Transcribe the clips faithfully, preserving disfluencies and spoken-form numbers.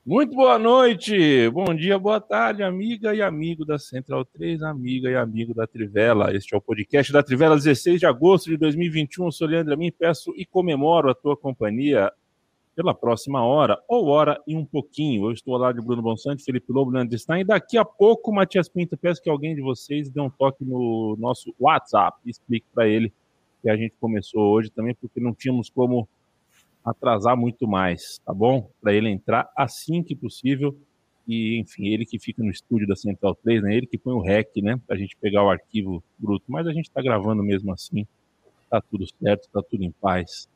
Muito boa noite, bom dia, boa tarde, amiga e amigo da Central três, amiga e amigo da Trivela. Este é o podcast da Trivela, dezesseis de agosto de dois mil e vinte e um. Eu sou Leandro Amin, peço e comemoro a tua companhia pela próxima hora, ou hora e um pouquinho. Eu estou ao lado de Bruno Bonsante, Felipe Lobo, Leandro Stein, e daqui a pouco, Matias Pinto, peço que alguém de vocês dê um toque no nosso WhatsApp e explique para ele que a gente começou hoje também, porque não tínhamos como atrasar muito mais, tá bom? Para ele entrar assim que possível. E, enfim, ele que fica no estúdio da Central três, né? Ele que põe o rec, né? Pra gente pegar o arquivo bruto. Mas a gente tá gravando mesmo assim. Tá tudo certo, tá tudo em paz.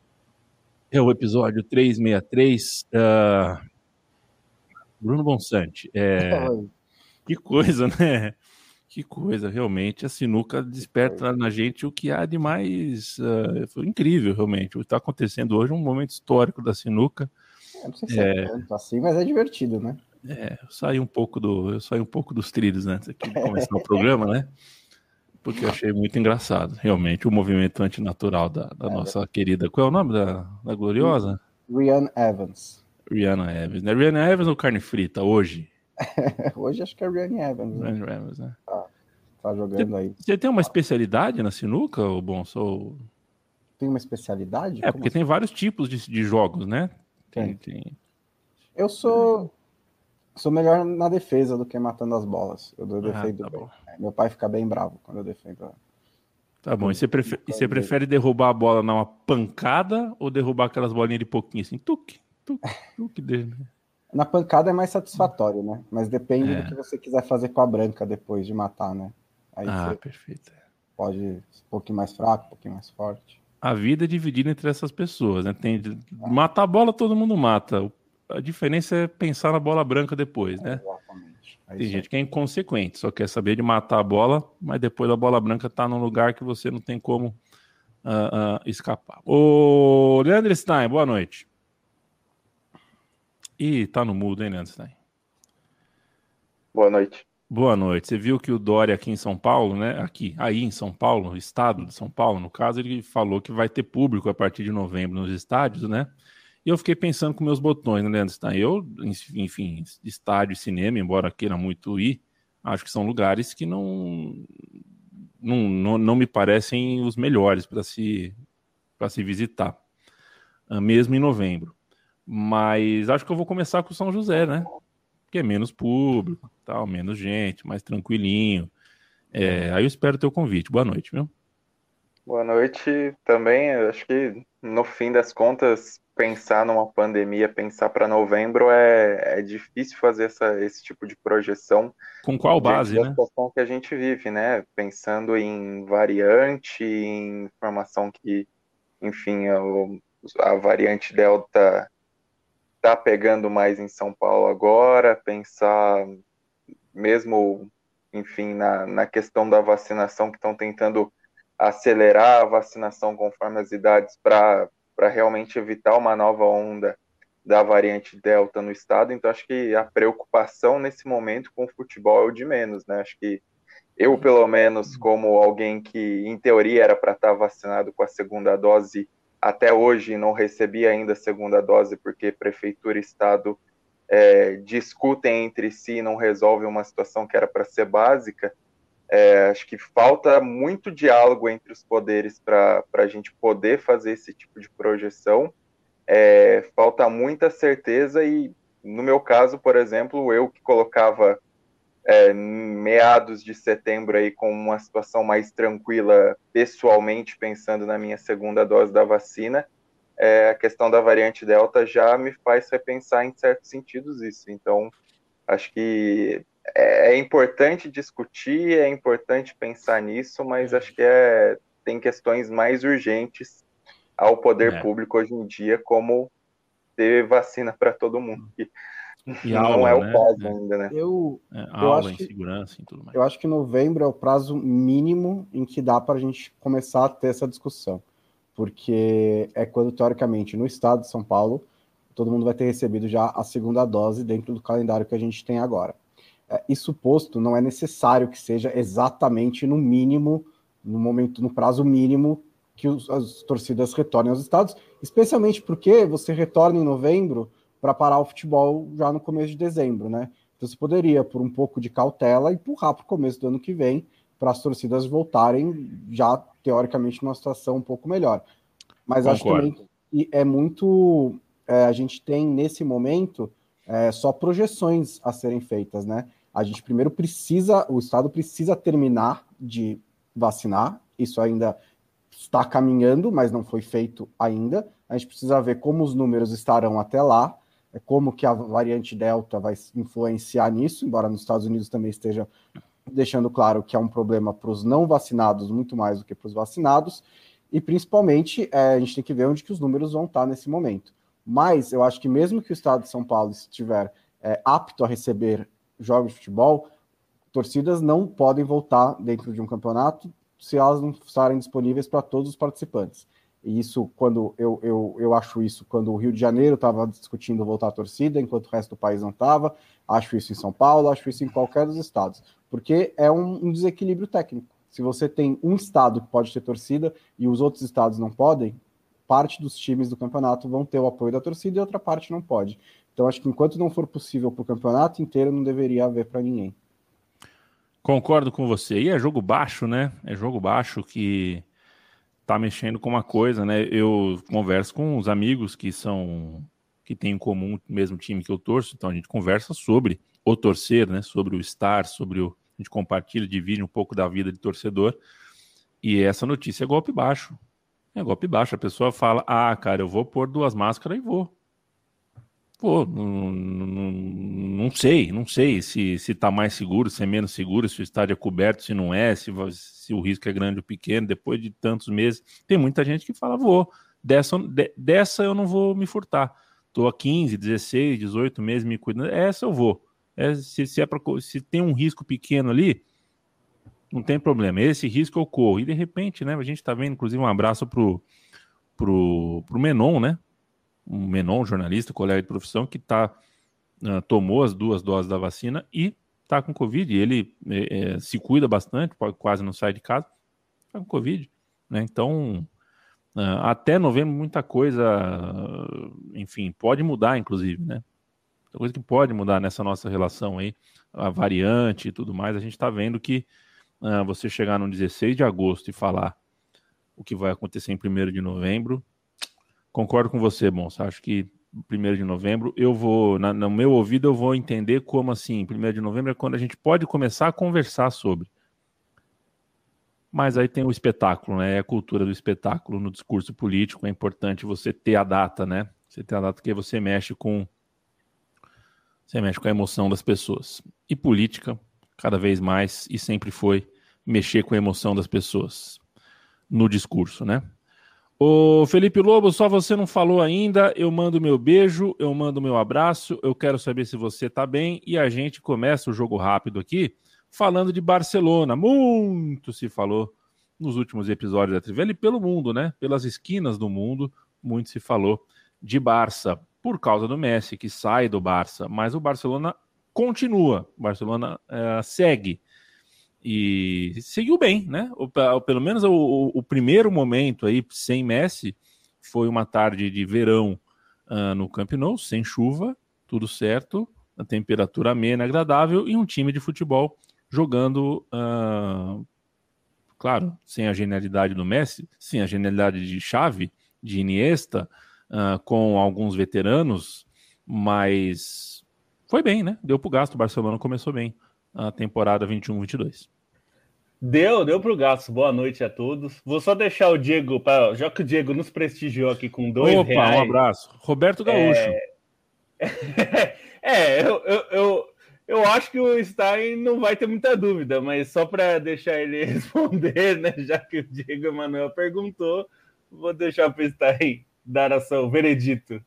É o episódio trezentos e sessenta e três. Uh... Bruno Bonsante. É... Que coisa, né? Que coisa, realmente. A sinuca desperta na gente o que há de mais uh, foi incrível, realmente. O que está acontecendo hoje é um momento histórico da sinuca. Eu não sei se é, é tanto assim, mas é divertido, né? É, eu saí um pouco do, eu saí um pouco dos trilhos antes aqui de começar o programa, né? Porque eu achei muito engraçado, realmente, o movimento antinatural da, da é, nossa é. querida. Qual é o nome da, da gloriosa? Rihanna Evans. Rihanna Evans, né? Rihanna Evans ou carne frita hoje? Hoje acho que é Rihanna Evans. Rihanna né? Evans, né? Tá, tá jogando você, aí. Você tem uma especialidade na sinuca, ou bom? Sou... Tem uma especialidade? É, Como porque assim? Tem vários tipos de, de jogos, né? Tem, tem. tem... Eu sou. Sou melhor na defesa do que matando as bolas. Eu defendo ah, tá bem. bom. Meu pai fica bem bravo quando eu defendo. Tá bom. E você, prefere, e você prefere derrubar a bola numa pancada ou derrubar aquelas bolinhas de pouquinho assim? Tuque, tuque, tuque. Dele. Na pancada é mais satisfatório, né? Mas depende é. do que você quiser fazer com a branca depois de matar, né? Aí ah, você perfeito. Pode ser um pouquinho mais fraco, um pouquinho mais forte. A vida é dividida entre essas pessoas, né? Tem, matar a bola, todo mundo mata. A diferença é pensar na bola branca depois, né? Exatamente. É tem gente aí. que é inconsequente, só quer saber de matar a bola, mas depois a bola branca tá num lugar que você não tem como uh, uh, escapar. Ô, Leandro Stein, boa noite. Ih, tá no mudo, hein, Leandro Stein? Boa noite. Boa noite. Você viu que o Dória aqui em São Paulo, né? Aqui, aí em São Paulo, estado de São Paulo, no caso, ele falou que vai ter público a partir de novembro nos estádios, né? E eu fiquei pensando com meus botões, né, Leandro Stein? Eu, enfim, estádio e cinema, embora queira muito ir, acho que são lugares que não não, não, não me parecem os melhores para se, para se visitar, mesmo em novembro. Mas acho que eu vou começar com São José, né? Porque é menos público, tal, menos gente, mais tranquilinho. É, aí eu espero o teu convite. Boa noite, viu? Boa noite também. Eu acho que no fim das contas, pensar numa pandemia, pensar para novembro é, é difícil fazer essa, esse tipo de projeção. Com qual base, da né? situação que a gente vive, né? Pensando em variante, em informação que, enfim, a, a variante Delta está pegando mais em São Paulo agora, pensar mesmo, enfim, na, na questão da vacinação, que estão tentando acelerar a vacinação conforme as idades para realmente evitar uma nova onda da variante Delta no estado. Então, acho que a preocupação nesse momento com o futebol é o de menos, né? Acho que eu, pelo menos, como alguém que, em teoria, era para estar vacinado com a segunda dose, até hoje não recebi ainda a segunda dose, porque prefeitura e estado é, discutem entre si e não resolvem uma situação que era para ser básica. É, acho que falta muito diálogo entre os poderes para a gente poder fazer esse tipo de projeção. É, falta muita certeza e, no meu caso, por exemplo, eu que colocava é, meados de setembro aí com uma situação mais tranquila pessoalmente, pensando na minha segunda dose da vacina, é, a questão da variante Delta já me faz repensar em certos sentidos isso. Então, acho que é, é importante discutir, é importante pensar nisso, mas acho que é, tem questões mais urgentes ao poder é. público hoje em dia, como ter vacina para todo mundo. E, e não aula, é o né? caso é. ainda, né? Eu, é, eu aula, acho que, insegurança e tudo mais. Eu acho que novembro é o prazo mínimo em que dá para a gente começar a ter essa discussão. Porque é quando, teoricamente, no estado de São Paulo, todo mundo vai ter recebido já a segunda dose dentro do calendário que a gente tem agora. É, isso posto, não é necessário que seja exatamente no mínimo, no momento, no prazo mínimo que os, as torcidas retornem aos estados, especialmente porque você retorna em novembro para parar o futebol já no começo de dezembro, né? Então você poderia, por um pouco de cautela, empurrar para o começo do ano que vem, para as torcidas voltarem já, teoricamente, numa situação um pouco melhor. Mas Concordo. acho também que é muito... É, a gente tem, nesse momento, é, só projeções a serem feitas, né? A gente primeiro precisa, o Estado precisa terminar de vacinar, isso ainda está caminhando, mas não foi feito ainda. A gente precisa ver como os números estarão até lá, como que a variante Delta vai influenciar nisso, embora nos Estados Unidos também esteja deixando claro que é um problema para os não vacinados muito mais do que para os vacinados, e principalmente é, a gente tem que ver onde que os números vão estar nesse momento. Mas eu acho que mesmo que o Estado de São Paulo estiver é, apto a receber jogos de futebol, torcidas não podem voltar dentro de um campeonato se elas não estarem disponíveis para todos os participantes. E isso, quando eu, eu, eu acho isso, quando o Rio de Janeiro estava discutindo voltar à torcida, enquanto o resto do país não estava, acho isso em São Paulo, acho isso em qualquer dos estados, porque é um, um desequilíbrio técnico. Se você tem um estado que pode ter torcida e os outros estados não podem, parte dos times do campeonato vão ter o apoio da torcida e outra parte não pode. Então, acho que enquanto não for possível para o campeonato inteiro, não deveria haver para ninguém. Concordo com você. E é jogo baixo, né? É jogo baixo que tá mexendo com uma coisa, né? Eu converso com os amigos que são que têm em comum o mesmo time que eu torço, então a gente conversa sobre o torcer, né? Sobre o estar, sobre o a gente compartilha, divide um pouco da vida de torcedor. E essa notícia é golpe baixo. É golpe baixo. A pessoa fala: "Ah, cara, eu vou pôr duas máscaras e vou". Pô, não, não, não sei, não sei se, se tá mais seguro, se é menos seguro, se o estádio é coberto, se não é, se, se o risco é grande ou pequeno, depois de tantos meses. Tem muita gente que fala, vou, dessa, de, dessa eu não vou me furtar. Tô há quinze, dezesseis, dezoito meses me cuidando, essa eu vou. É, se, se, é pra, se tem um risco pequeno ali, não tem problema, esse risco eu corro. E de repente, né, a gente tá vendo, inclusive um abraço pro, pro, pro Menon, né? Um Menon, jornalista, colega de profissão, que tá, uh, tomou as duas doses da vacina e está com Covid. Ele é, é, se cuida bastante, quase não sai de casa, está com Covid. Né? Então, uh, até novembro, muita coisa, uh, enfim, pode mudar, inclusive, né? Muita coisa que pode mudar nessa nossa relação aí, a variante e tudo mais. A gente está vendo que uh, você chegar no dezesseis de agosto e falar o que vai acontecer em primeiro de novembro. Concordo com você, Monça. Acho que primeiro de novembro eu vou, na, no meu ouvido, eu vou entender como assim, primeiro de novembro é quando a gente pode começar a conversar sobre. Mas aí tem o espetáculo, né? É a cultura do espetáculo no discurso político. É importante você ter a data, né? Você ter a data que você mexe com você mexe com a emoção das pessoas. E política, cada vez mais, e sempre foi mexer com a emoção das pessoas no discurso, né? Ô Felipe Lobo, só você não falou ainda, eu mando meu beijo, eu mando meu abraço, eu quero saber se você tá bem e a gente começa o jogo rápido aqui falando de Barcelona. Muito se falou nos últimos episódios da Trivela e pelo mundo, né? Pelas esquinas do mundo, muito se falou de Barça por causa do Messi, que sai do Barça, mas o Barcelona continua, o Barcelona uh, segue. E seguiu bem, né? O, pelo menos o, o, o primeiro momento aí sem Messi foi uma tarde de verão uh, no Camp Nou, sem chuva, tudo certo, a temperatura amena, agradável e um time de futebol jogando, uh, claro, sem a genialidade do Messi, sem a genialidade de Xavi, de Iniesta, uh, com alguns veteranos, mas foi bem, né? Deu pro gasto, o Barcelona começou bem a temporada vinte e um vinte e dois. Deu, deu pro gasto. Boa noite a todos. Vou só deixar o Diego, pra, já que o Diego nos prestigiou aqui com dois Opa, reais. Um abraço. Roberto Gaúcho. É, é eu, eu, eu, eu acho que o Stein não vai ter muita dúvida, mas só para deixar ele responder, né? Já que o Diego Emanuel perguntou, vou deixar para o Stein dar a seu veredito.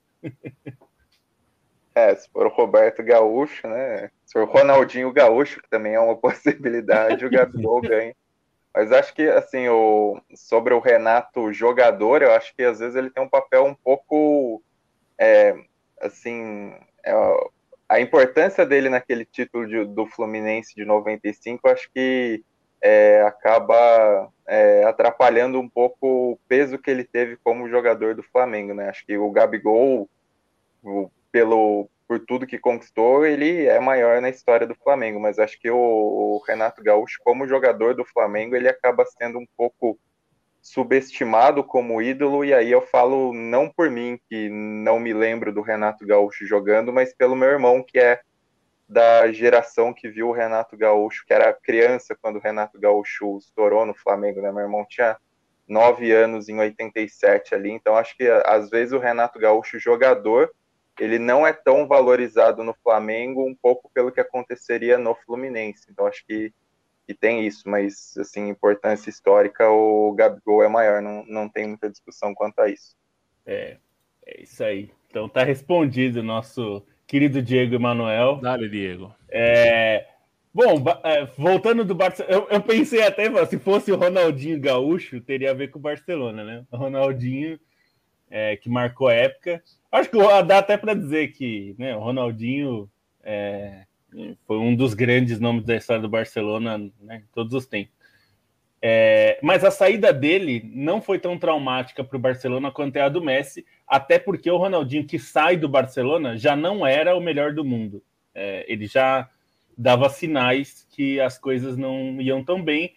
É, se for o Roberto Gaúcho, né? Se for o Ronaldinho Gaúcho, que também é uma possibilidade, o Gabigol ganha. Mas acho que, assim, o, sobre o Renato jogador, eu acho que às vezes ele tem um papel um pouco, é, assim, é, a importância dele naquele título de, do Fluminense de noventa e cinco, eu acho que é, acaba é, atrapalhando um pouco o peso que ele teve como jogador do Flamengo, né? Acho que o Gabigol, o, pelo, por tudo que conquistou, ele é maior na história do Flamengo, mas acho que o, o Renato Gaúcho, como jogador do Flamengo, ele acaba sendo um pouco subestimado como ídolo, e aí eu falo não por mim, que não me lembro do Renato Gaúcho jogando, mas pelo meu irmão, que é da geração que viu o Renato Gaúcho, que era criança quando o Renato Gaúcho estourou no Flamengo, né? Meu irmão tinha nove anos em oitenta e sete ali, então acho que às vezes o Renato Gaúcho jogador, ele não é tão valorizado no Flamengo, um pouco pelo que aconteceria no Fluminense, então acho que, que tem isso, mas assim, importância histórica, o Gabigol é maior, não, não tem muita discussão quanto a isso. É, é isso aí, então tá respondido o nosso querido Diego Emanuel. Dale, Diego. É... Bom, voltando do Barcelona, eu, eu pensei até, se fosse o Ronaldinho Gaúcho, teria a ver com o Barcelona, né? O Ronaldinho, é, que marcou a época. Acho que dá até para dizer que, né, o Ronaldinho é, foi um dos grandes nomes da história do Barcelona, né, todos os tempos. É, mas a saída dele não foi tão traumática para o Barcelona quanto é a do Messi, até porque o Ronaldinho, que sai do Barcelona, já não era o melhor do mundo. É, ele já dava sinais que as coisas não iam tão bem.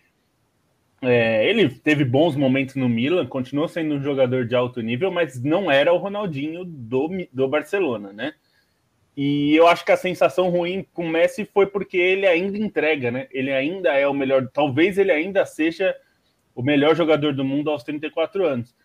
É, ele teve bons momentos no Milan, continuou sendo um jogador de alto nível, mas não era o Ronaldinho do, do Barcelona, né? E eu acho que a sensação ruim com o Messi foi porque ele ainda entrega, né? Ele ainda é o melhor, talvez ele ainda seja o melhor jogador do mundo aos trinta e quatro anos.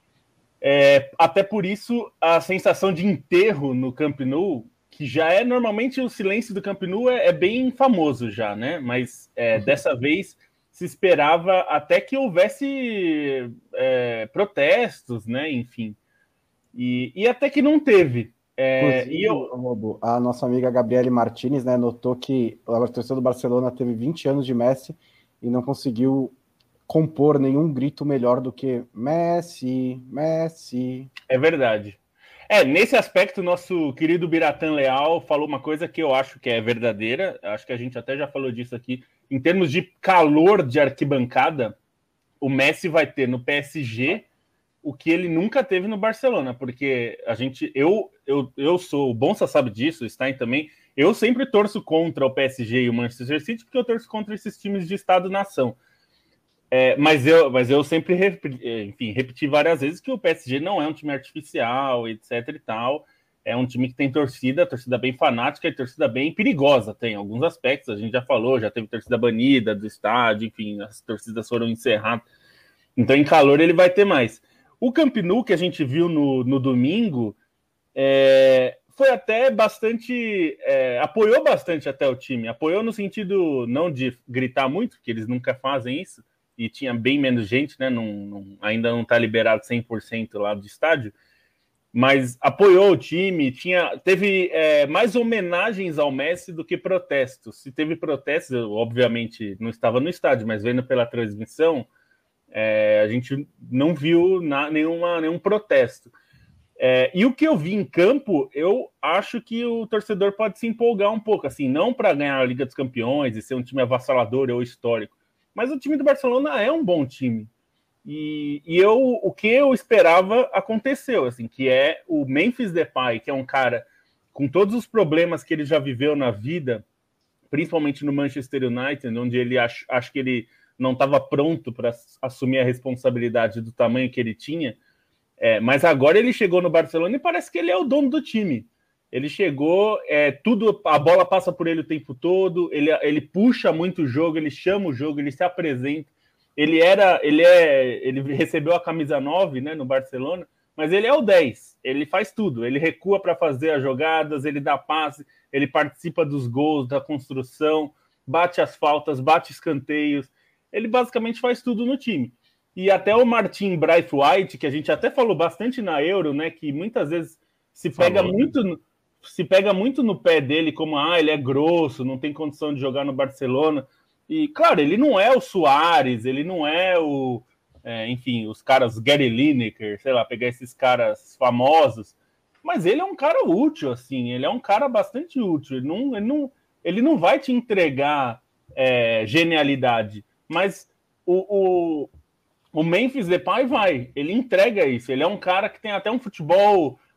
É, até por isso, a sensação de enterro no Camp Nou, que já é normalmente o silêncio do Camp Nou é, é bem famoso já, né? Mas é, uhum. dessa vez se esperava até que houvesse é, protestos, né? Enfim, e, e até que não teve. É, e eu... A nossa amiga Gabriele Martinez, né, notou que a torcida do Barcelona teve vinte anos de Messi e não conseguiu compor nenhum grito melhor do que Messi, Messi. É verdade. É, nesse aspecto, nosso querido Biratan Leal falou uma coisa que eu acho que é verdadeira, acho que a gente até já falou disso aqui, em termos de calor de arquibancada, o Messi vai ter no P S G o que ele nunca teve no Barcelona, porque a gente, eu, eu, eu sou, o Bonsa sabe disso, o Stein também, eu sempre torço contra o P S G e o Manchester City, porque eu torço contra esses times de Estado-nação. É, mas, eu, mas eu sempre, enfim, repeti várias vezes que o P S G não é um time artificial, etc e tal, é um time que tem torcida, torcida bem fanática e torcida bem perigosa, tem alguns aspectos, a gente já falou, já teve torcida banida do estádio, enfim, as torcidas foram encerradas, então em calor ele vai ter mais. O Camp Nou que a gente viu no, no domingo é, foi até bastante, é, apoiou bastante até o time, apoiou no sentido não de gritar muito, porque eles nunca fazem isso, e tinha bem menos gente, né? Não, não, ainda não está liberado cem por cento lá do estádio, mas apoiou o time, tinha, teve é, mais homenagens ao Messi do que protestos. Se teve protestos, eu obviamente não estava no estádio, mas vendo pela transmissão, é, a gente não viu na, nenhuma, nenhum protesto. É, e o que eu vi em campo, eu acho que o torcedor pode se empolgar um pouco, assim, não para ganhar a Liga dos Campeões e ser um time avassalador ou histórico, mas o time do Barcelona é um bom time. E, e eu, o que eu esperava aconteceu, assim, que é o Memphis Depay, que é um cara com todos os problemas que ele já viveu na vida, principalmente no Manchester United, onde ele acho, acho que ele não estava pronto para assumir a responsabilidade do tamanho que ele tinha, é, mas agora ele chegou no Barcelona e parece que ele é o dono do time. Ele chegou, é, tudo, a bola passa por ele o tempo todo, ele, ele puxa muito o jogo, ele chama o jogo, ele se apresenta. Ele era, ele é, ele recebeu a camisa nove, né, no Barcelona, mas ele é o dez. Ele faz tudo. Ele recua para fazer as jogadas, ele dá passe, ele participa dos gols, da construção, bate as faltas, bate escanteios. Ele basicamente faz tudo no time. E até o Martin Braithwaite, que a gente até falou bastante na Euro, né, que muitas vezes se pega falou, muito né? se pega muito no pé dele, como ah, ele é grosso, não tem condição de jogar no Barcelona. E, claro, ele não é o Suárez, ele não é o... É, enfim, os caras Gary Lineker, sei lá, pegar esses caras famosos. Mas ele é um cara útil, assim, ele é um cara bastante útil. Ele não, ele não, ele não vai te entregar é, genialidade, mas o, o, o Memphis Depay vai, ele entrega isso. Ele é um cara que tem até um futebol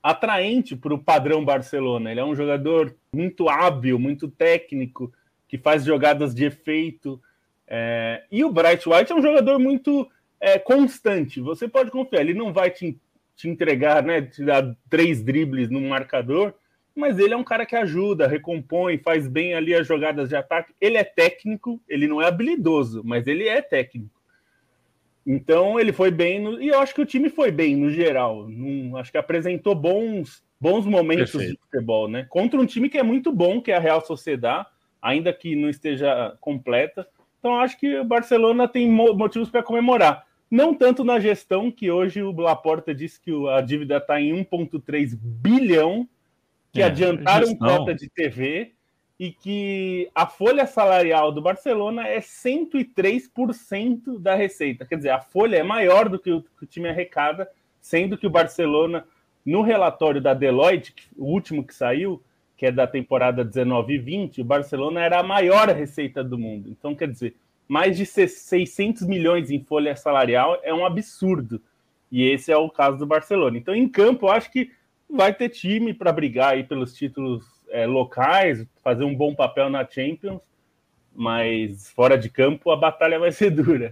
atraente para o padrão Barcelona. Ele é um jogador muito hábil, muito técnico, que faz jogadas de efeito. É... E o Bright White é um jogador muito é, constante. Você pode confiar, ele não vai te, te entregar, né, te dar três dribles no marcador, mas ele é um cara que ajuda, recompõe, faz bem ali as jogadas de ataque. Ele é técnico, ele não é habilidoso, mas ele é técnico. Então ele foi bem, no... e eu acho que o time foi bem no geral. Num... Acho que apresentou bons, bons momentos Perfeito. de futebol, né? Contra um time que é muito bom, que é a Real Sociedad, ainda que não esteja completa. Então acho que o Barcelona tem motivos para comemorar. Não tanto na gestão, que hoje o Laporta disse que a dívida está em um vírgula três bilhão, que é, adiantaram gestão. Cota de T V, e que a folha salarial do Barcelona é cento e três por cento da receita. Quer dizer, a folha é maior do que o, que o time arrecada, sendo que o Barcelona, no relatório da Deloitte, o último que saiu, que é da temporada dezenove e vinte, o Barcelona era a maior receita do mundo. Então, quer dizer, mais de seiscentos milhões em folha salarial é um absurdo. E esse é o caso do Barcelona. Então, em campo, eu acho que vai ter time para brigar aí pelos títulos É, locais, fazer um bom papel na Champions, mas fora de campo a batalha vai ser dura.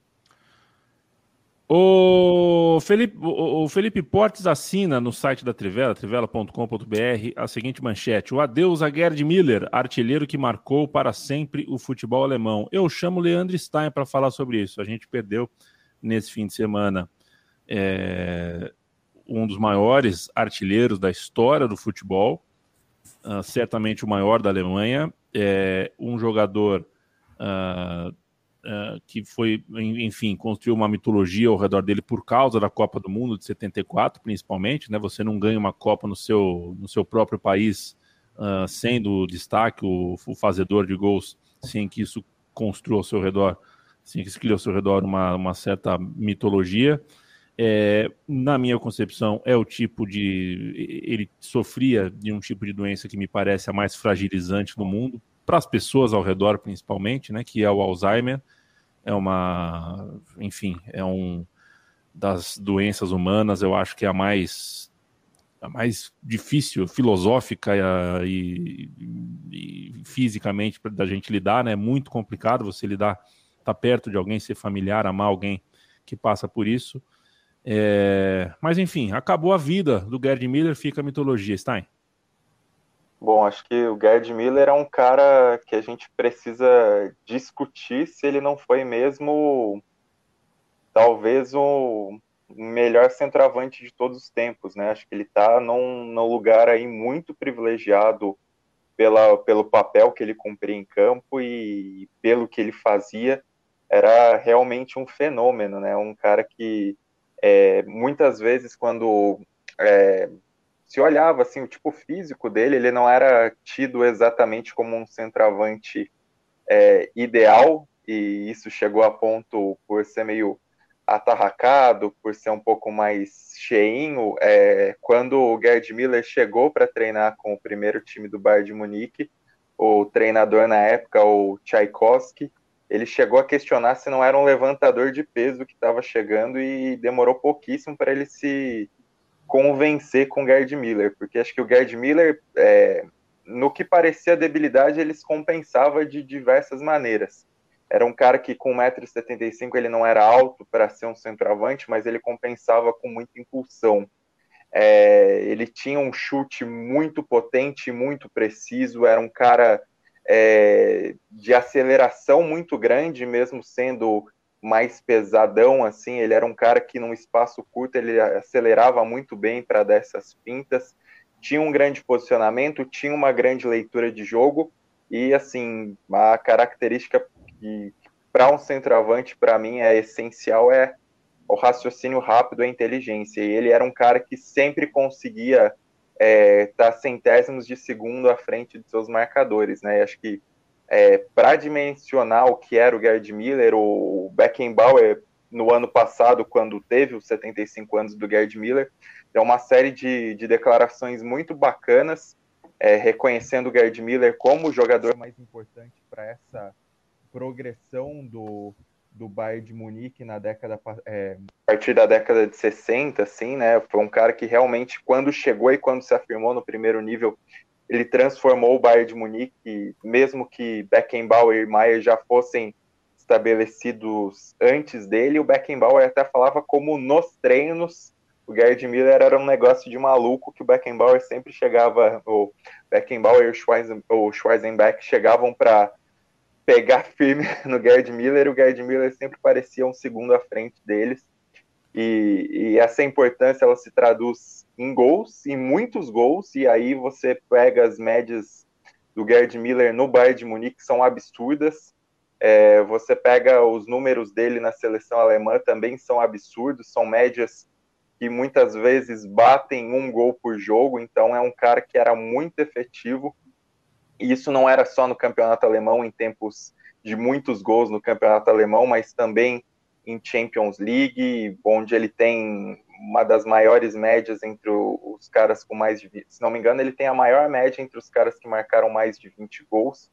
O Felipe, o Felipe Portes assina no site da Trivela, trivela ponto com ponto b r, a seguinte manchete: o adeus a Gerd Müller, artilheiro que marcou para sempre o futebol alemão. Eu chamo Leandro Stein para falar sobre isso. A gente perdeu nesse fim de semana é, um dos maiores artilheiros da história do futebol, Uh, certamente o maior da Alemanha, é um jogador uh, uh, que foi, enfim, construiu uma mitologia ao redor dele por causa da Copa do Mundo de setenta e quatro, principalmente, né? Você não ganha uma Copa no seu, no seu próprio país uh, sendo destaque, o, o fazedor de gols, sem que isso construa ao seu redor, sem que isso crie ao seu redor uma, uma certa mitologia. É, na minha concepção, é o tipo de... Ele sofria de um tipo de doença que me parece a mais fragilizante do mundo, para as pessoas ao redor, principalmente, né, que é o Alzheimer. É uma... Enfim, é um das doenças humanas, eu acho que é a mais, a mais difícil, filosófica e, e, e fisicamente da gente lidar, né? É muito complicado você lidar, estar perto de alguém, ser familiar, amar alguém que passa por isso. É, mas enfim, acabou a vida do Gerd Müller, fica a mitologia, Stein. Bom, acho que o Gerd Müller é um cara que a gente precisa discutir se ele não foi mesmo talvez o melhor centroavante de todos os tempos, né? Acho que ele está num, num lugar aí muito privilegiado pela, pelo papel que ele cumpria em campo e pelo que ele fazia. Era realmente um fenômeno, né? Um cara que É, muitas vezes quando é, se olhava assim, o tipo físico dele, ele não era tido exatamente como um centroavante é, ideal, e isso chegou a ponto por ser meio atarracado, por ser um pouco mais cheinho. É, quando o Gerd Müller chegou para treinar com o primeiro time do Bayern de Munique, o treinador na época, o Tchaikovsky, ele chegou a questionar se não era um levantador de peso que estava chegando, e demorou pouquíssimo para ele se convencer com o Gerd Müller, porque acho que o Gerd Müller, é, no que parecia debilidade, ele se compensava de diversas maneiras. Era um cara que com um metro e setenta e cinco ele não era alto para ser um centroavante, mas ele compensava com muita impulsão. É, ele tinha um chute muito potente, muito preciso, era um cara... É, de aceleração muito grande, mesmo sendo mais pesadão, assim. Ele era um cara que num espaço curto ele acelerava muito bem para dar essas pintas, tinha um grande posicionamento, tinha uma grande leitura de jogo, e assim, a característica que para um centroavante, para mim, é essencial é o raciocínio rápido e a inteligência, e ele era um cara que sempre conseguia É, tá centésimos de segundo à frente de seus marcadores, né? E acho que é, para dimensionar o que era o Gerd Müller, o Beckenbauer, no ano passado, quando teve os setenta e cinco anos do Gerd Müller, deu uma série de, de declarações muito bacanas, é, reconhecendo o Gerd Müller como o jogador mais importante para essa progressão do, do Bayern de Munique na década é, a partir da década de sessenta, assim, né? Foi um cara que realmente, quando chegou e quando se afirmou no primeiro nível, ele transformou o Bayern de Munique, mesmo que Beckenbauer e Maier já fossem estabelecidos antes dele, o Beckenbauer até falava como nos treinos o Gerd Müller era um negócio de maluco, que o Beckenbauer sempre chegava, o Beckenbauer e o, Schwarzen, o Schwarzenbeck chegavam para pegar firme no Gerd Müller, e o Gerd Müller sempre parecia um segundo à frente deles, e, e essa importância ela se traduz em gols, em muitos gols, e aí você pega as médias do Gerd Müller no Bayern de Munique, que são absurdas. É, você pega os números dele na seleção alemã, também são absurdos, são médias que muitas vezes batem um gol por jogo, então é um cara que era muito efetivo, e isso não era só no campeonato alemão, em tempos de muitos gols no campeonato alemão, mas também em Champions League, onde ele tem uma das maiores médias entre os caras com mais de... Se não me engano, ele tem a maior média entre os caras que marcaram mais de vinte gols.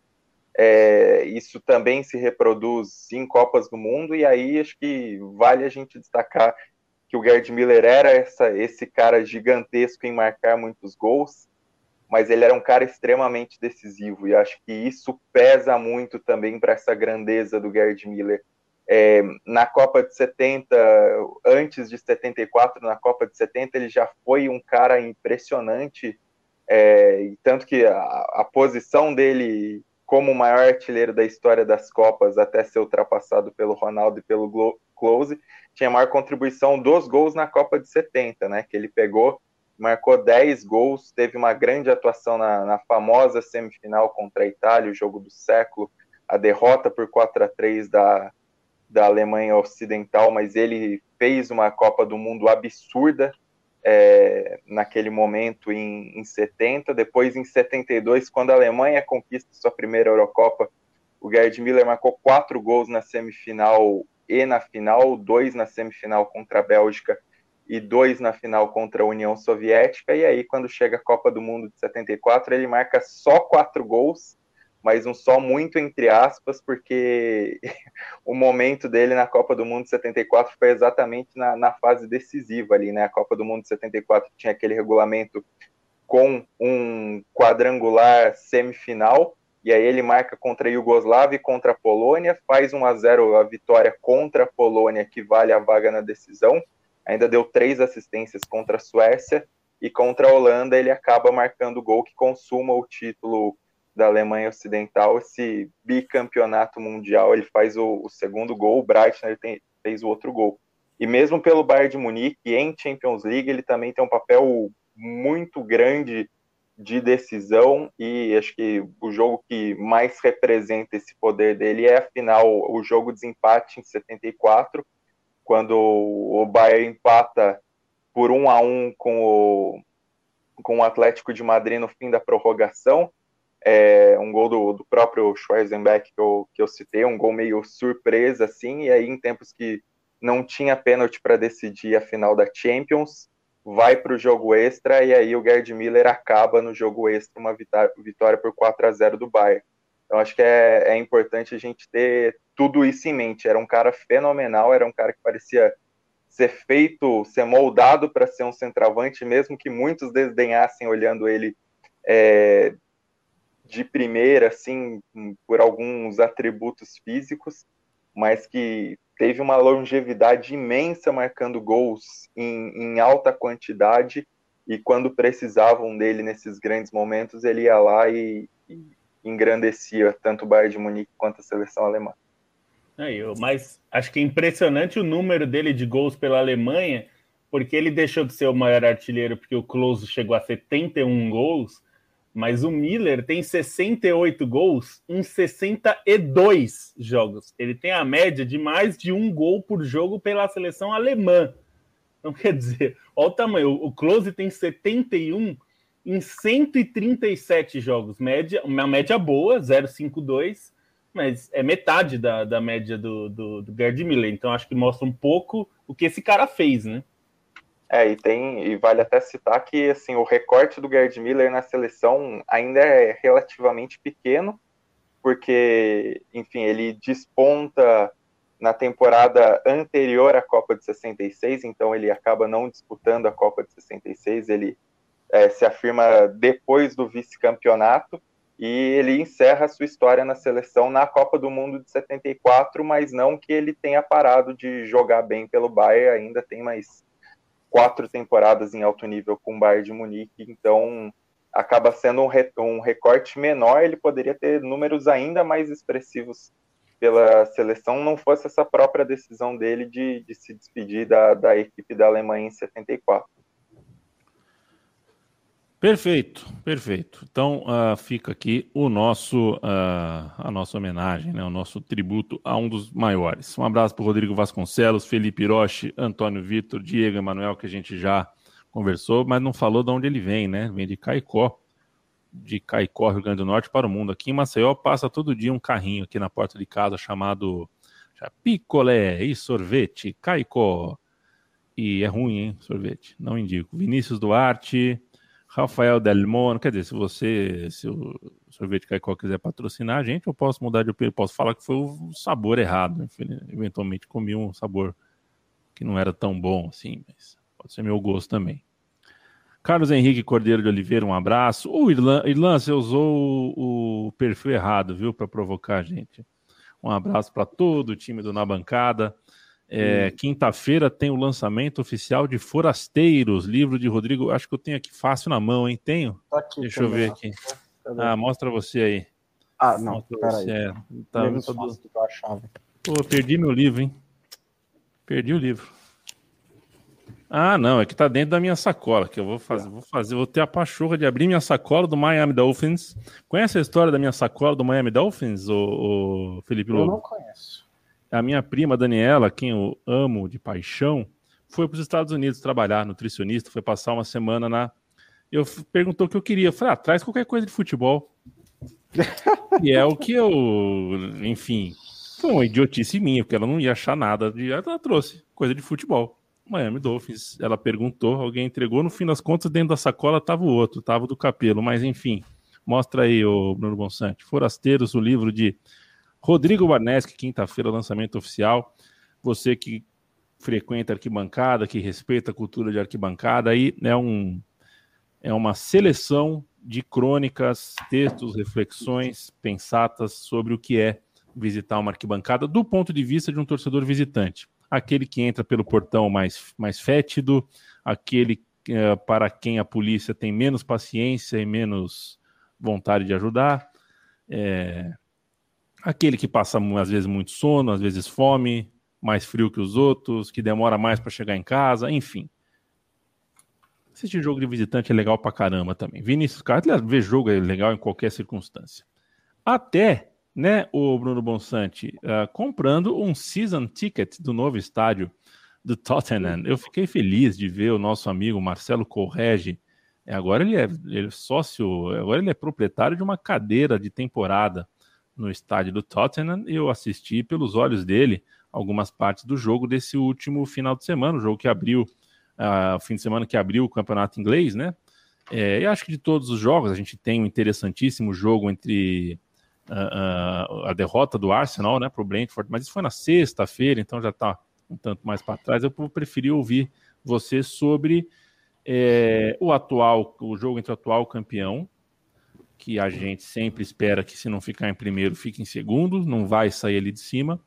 É, isso também se reproduz em Copas do Mundo, e aí acho que vale a gente destacar que o Gerd Müller era essa, esse cara gigantesco em marcar muitos gols, mas ele era um cara extremamente decisivo, e acho que isso pesa muito também para essa grandeza do Gerd Müller. É, na Copa de setenta, antes de setenta e quatro, na Copa de setenta, ele já foi um cara impressionante, é, e tanto que a, a posição dele como o maior artilheiro da história das Copas, até ser ultrapassado pelo Ronaldo e pelo Klose, tinha a maior contribuição dos gols na Copa de setenta, né, que ele pegou, marcou dez gols, teve uma grande atuação na, na famosa semifinal contra a Itália, o jogo do século, a derrota por quatro a três da, da Alemanha Ocidental, mas ele fez uma Copa do Mundo absurda é, naquele momento em, em setenta, depois em setenta e dois, quando a Alemanha conquista sua primeira Eurocopa, o Gerd Müller marcou quatro gols na semifinal e na final, dois na semifinal contra a Bélgica e dois na final contra a União Soviética, e aí quando chega a Copa do Mundo de setenta e quatro, ele marca só quatro gols, mas um só muito entre aspas, porque o momento dele na Copa do Mundo de setenta e quatro foi exatamente na, na fase decisiva ali, né? A Copa do Mundo de setenta e quatro tinha aquele regulamento com um quadrangular semifinal, e aí ele marca contra a Iugoslávia e contra a Polônia, faz um a zero a vitória contra a Polônia, que vale a vaga na decisão, ainda deu três assistências contra a Suécia, e contra a Holanda ele acaba marcando o gol que consuma o título da Alemanha Ocidental, esse bicampeonato mundial. Ele faz o, o segundo gol, o Breitner tem, fez o outro gol. E mesmo pelo Bayern de Munique, em Champions League, ele também tem um papel muito grande de decisão, e acho que o jogo que mais representa esse poder dele é, afinal, o jogo de empate em setenta e quatro, quando o Bayern empata por um a um com o, com o Atlético de Madrid no fim da prorrogação. É, um gol do, do próprio Schwarzenbeck que eu, que eu citei, um gol meio surpresa, assim, e aí em tempos que não tinha pênalti para decidir a final da Champions, vai para o jogo extra, e aí o Gerd Müller acaba no jogo extra uma vitória, vitória por quatro a zero do Bayern. Então acho que é, é importante a gente ter tudo isso em mente. Era um cara fenomenal, era um cara que parecia ser feito, ser moldado para ser um centroavante, mesmo que muitos desdenhassem olhando ele é, de primeira, assim, por alguns atributos físicos, mas que teve uma longevidade imensa marcando gols em, em alta quantidade, e quando precisavam dele nesses grandes momentos, ele ia lá e, e engrandecia tanto o Bayern de Munique quanto a seleção alemã. É, eu, mas acho que é impressionante o número dele de gols pela Alemanha, porque ele deixou de ser o maior artilheiro porque o Klose chegou a setenta e um gols, mas o Müller tem sessenta e oito gols em sessenta e dois jogos. Ele tem a média de mais de um gol por jogo pela seleção alemã. Então, quer dizer, olha o tamanho. O Klose tem setenta e um em cento e trinta e sete jogos. Média, uma média boa, zero vírgula cinquenta e dois, mas é metade da, da média do, do, do Gerd Müller. Então, acho que mostra um pouco o que esse cara fez, né? É, e, tem, e vale até citar que assim, o recorte do Gerd Müller na seleção ainda é relativamente pequeno, porque, enfim, ele desponta na temporada anterior à Copa de sessenta e seis, então ele acaba não disputando a Copa de sessenta e seis, ele é, se afirma depois do vice-campeonato, e ele encerra a sua história na seleção na Copa do Mundo de setenta e quatro, mas não que ele tenha parado de jogar bem pelo Bayern, ainda tem mais quatro temporadas em alto nível com o Bayern de Munique, então acaba sendo um, re, um recorte menor, ele poderia ter números ainda mais expressivos pela seleção, não fosse essa própria decisão dele de, de se despedir da, da equipe da Alemanha em setenta e quatro. Perfeito, perfeito. Então uh, fica aqui o nosso, uh, a nossa homenagem, né, o nosso tributo a um dos maiores. Um abraço para o Rodrigo Vasconcelos, Felipe Hiroshi, Antônio Vitor, Diego Emanuel, que a gente já conversou, mas não falou de onde ele vem, né? Vem de Caicó, de Caicó, Rio Grande do Norte, para o mundo. Aqui em Maceió passa todo dia um carrinho aqui na porta de casa chamado picolé e sorvete, Caicó. E é ruim, hein, sorvete, não indico. Vinícius Duarte, Rafael Del Mono, quer dizer, se você, se o Sorvete Caicó quiser patrocinar a gente, eu posso mudar de opinião, posso falar que foi o sabor errado, eventualmente comi um sabor que não era tão bom assim, mas pode ser meu gosto também. Carlos Henrique Cordeiro de Oliveira, um abraço. O Irlan, Irlan, você usou o, o perfil errado, viu, para provocar a gente. Um abraço para todo o time do Na Bancada. É, hum. Quinta-feira tem o lançamento oficial de Forasteiros, livro de Rodrigo. Acho que eu tenho aqui fácil na mão, hein? Tenho? Tá aqui, deixa eu ver aqui. Cadê? Ah, mostra você aí. Ah, não, peraí. É, tá, Menos tá fácil do que eu achava. Pô, perdi meu livro, hein? Perdi o livro. Ah, não, é que tá dentro da minha sacola, que eu vou fazer, é. vou fazer, vou ter a pachorra de abrir minha sacola do Miami Dolphins. Conhece a história da minha sacola do Miami Dolphins, ô, ô Felipe Lobo? Eu não conheço. A minha prima Daniela, quem eu amo de paixão, foi para os Estados Unidos trabalhar, nutricionista, foi passar uma semana na... Eu perguntou o que eu queria, eu falei, ah, traz qualquer coisa de futebol. E é o que eu, enfim, foi uma idiotice minha, porque ela não ia achar nada, de... ela trouxe coisa de futebol. Miami Dolphins, ela perguntou, alguém entregou, no fim das contas, dentro da sacola tava o outro, tava do Capelo, mas enfim, mostra aí, o Bruno Bonsante, Forasteiros, o livro de Rodrigo Barneski, quinta-feira, lançamento oficial. Você que frequenta arquibancada, que respeita a cultura de arquibancada, aí é, um, é uma seleção de crônicas, textos, reflexões pensatas sobre o que é visitar uma arquibancada do ponto de vista de um torcedor visitante. Aquele que entra pelo portão mais, mais fétido, aquele uh, para quem a polícia tem menos paciência e menos vontade de ajudar, é, aquele que passa às vezes muito sono, às vezes fome, mais frio que os outros, que demora mais para chegar em casa, enfim. Assistir jogo de visitante é legal pra caramba também. Vinícius Carlos, ver jogo é legal em qualquer circunstância. Até... né, o Bruno Bonsante, uh, comprando um season ticket do novo estádio do Tottenham. Eu fiquei feliz de ver o nosso amigo Marcelo Correge. Agora ele é, ele é sócio, agora ele é proprietário de uma cadeira de temporada no estádio do Tottenham. E eu assisti pelos olhos dele algumas partes do jogo desse último final de semana, o jogo que abriu, uh, o fim de semana que abriu o campeonato inglês, né? É, eu acho que de todos os jogos a gente tem um interessantíssimo jogo entre Uh, uh, a derrota do Arsenal, né, para o Brentford, mas isso foi na sexta-feira, então já está um tanto mais para trás. Eu preferi ouvir você sobre é, o atual, o jogo entre o atual campeão, que a gente sempre espera que, se não ficar em primeiro, fique em segundo, não vai sair ali de cima,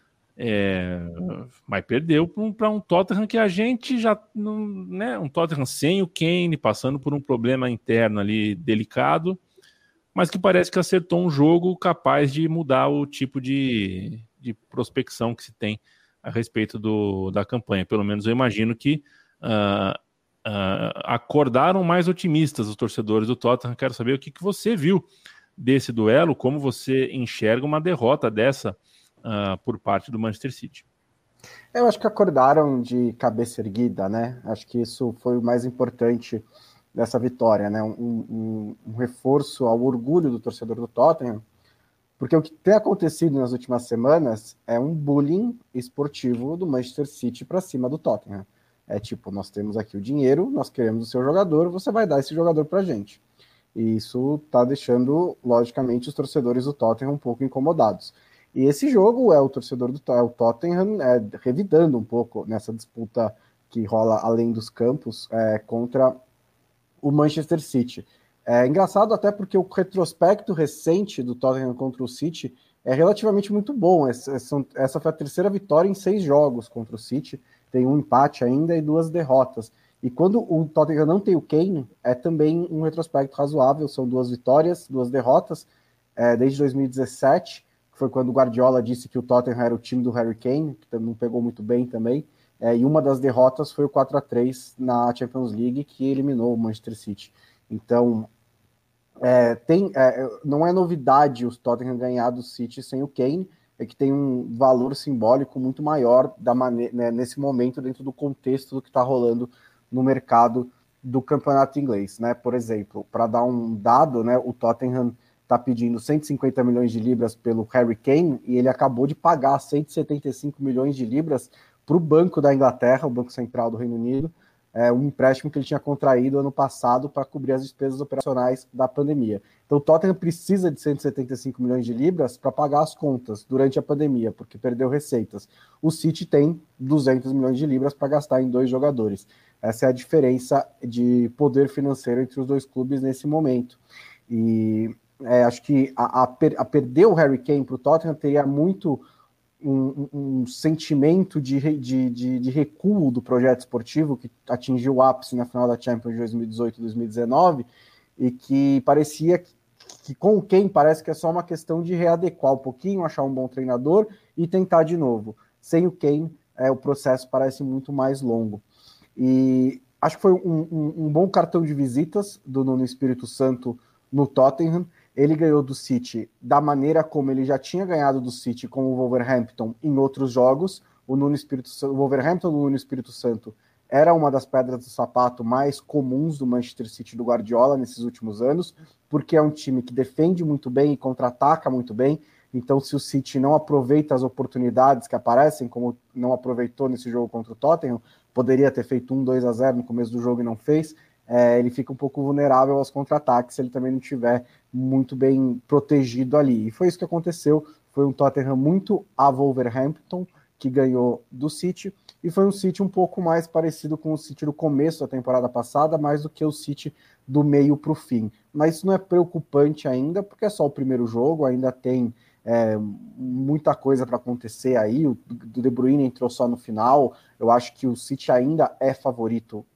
é, mas perdeu para um, um Tottenham que a gente já, não, né, um Tottenham sem o Kane, passando por um problema interno ali delicado, mas que parece que acertou um jogo capaz de mudar o tipo de, de prospecção que se tem a respeito do, da campanha. Pelo menos eu imagino que uh, uh, acordaram mais otimistas os torcedores do Tottenham. Quero saber o que, que você viu desse duelo, como você enxerga uma derrota dessa uh, por parte do Manchester City. Eu acho que acordaram de cabeça erguida, né? Acho que isso foi o mais importante dessa vitória, né? Um, um, um reforço ao orgulho do torcedor do Tottenham, porque o que tem acontecido nas últimas semanas é um bullying esportivo do Manchester City para cima do Tottenham. É tipo, nós temos aqui o dinheiro, nós queremos o seu jogador, você vai dar esse jogador para a gente. E isso está deixando, logicamente, os torcedores do Tottenham um pouco incomodados. E esse jogo é o torcedor do é o Tottenham é, revidando um pouco nessa disputa que rola além dos campos é, contra o Manchester City. É engraçado até porque o retrospecto recente do Tottenham contra o City é relativamente muito bom. Essa, essa foi a terceira vitória em seis jogos contra o City, tem um empate ainda e duas derrotas. E quando o Tottenham não tem o Kane, é também um retrospecto razoável, são duas vitórias, duas derrotas, é, desde dois mil e dezessete, que foi quando o Guardiola disse que o Tottenham era o time do Harry Kane, que não pegou muito bem também, é, e uma das derrotas foi o quatro a três na Champions League, que eliminou o Manchester City. Então, É, tem, é, não é novidade os Tottenham ganhar do City sem o Kane, é que tem um valor simbólico muito maior da maneira, né, nesse momento dentro do contexto do que está rolando no mercado do campeonato inglês, né? Por exemplo, para dar um dado, né, o Tottenham está pedindo cento e cinquenta milhões de libras pelo Harry Kane e ele acabou de pagar cento e setenta e cinco milhões de libras para o Banco da Inglaterra, o Banco Central do Reino Unido, É, um empréstimo que ele tinha contraído ano passado para cobrir as despesas operacionais da pandemia. Então o Tottenham precisa de cento e setenta e cinco milhões de libras para pagar as contas durante a pandemia, porque perdeu receitas. O City tem duzentos milhões de libras para gastar em dois jogadores. Essa é a diferença de poder financeiro entre os dois clubes nesse momento. E é, acho que a, a, per, a perder o Harry Kane para o Tottenham teria muito Um, um sentimento de, de, de, de recuo do projeto esportivo que atingiu o ápice na final da Champions de dois mil e dezoito e dois mil e dezenove e que parecia que, que com o Kane parece que é só uma questão de readequar um pouquinho, achar um bom treinador e tentar de novo. Sem o Kane, é, o processo parece muito mais longo. E acho que foi um, um, um bom cartão de visitas do Nuno Espírito Santo no Tottenham. Ele ganhou do City da maneira como ele já tinha ganhado do City com o Wolverhampton em outros jogos. O, Nuno Espírito Santo, o Wolverhampton do Nuno Espírito Santo era uma das pedras do sapato mais comuns do Manchester City do Guardiola nesses últimos anos, porque é um time que defende muito bem e contra-ataca muito bem. Então, se o City não aproveita as oportunidades que aparecem, como não aproveitou nesse jogo contra o Tottenham, poderia ter feito um dois a zero no começo do jogo e não fez, é, ele fica um pouco vulnerável aos contra-ataques se ele também não estiver muito bem protegido ali. E foi isso que aconteceu. Foi um Tottenham muito a Wolverhampton, que ganhou do City, e foi um City um pouco mais parecido com o City do começo da temporada passada, mais do que o City do meio para o fim. Mas isso não é preocupante ainda, porque é só o primeiro jogo, ainda tem é, muita coisa para acontecer aí. O De Bruyne entrou só no final. Eu acho que o City ainda é favorito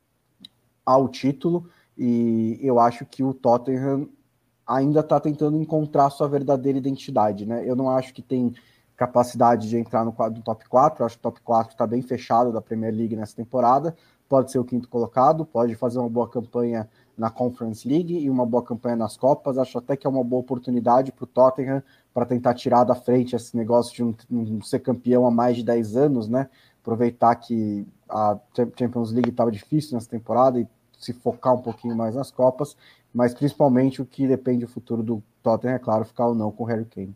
ao título, e eu acho que o Tottenham ainda está tentando encontrar sua verdadeira identidade, né? Eu não acho que tem capacidade de entrar no, no top quatro, eu acho que o top quatro está bem fechado da Premier League nessa temporada, pode ser o quinto colocado, pode fazer uma boa campanha na Conference League e uma boa campanha nas Copas. Acho até que é uma boa oportunidade para o Tottenham para tentar tirar da frente esse negócio de não, não ser campeão há mais de dez anos, né? Aproveitar que a Champions League estava difícil nessa temporada e se focar um pouquinho mais nas Copas, mas principalmente o que depende do futuro do Tottenham, é claro, ficar ou não com o Harry Kane.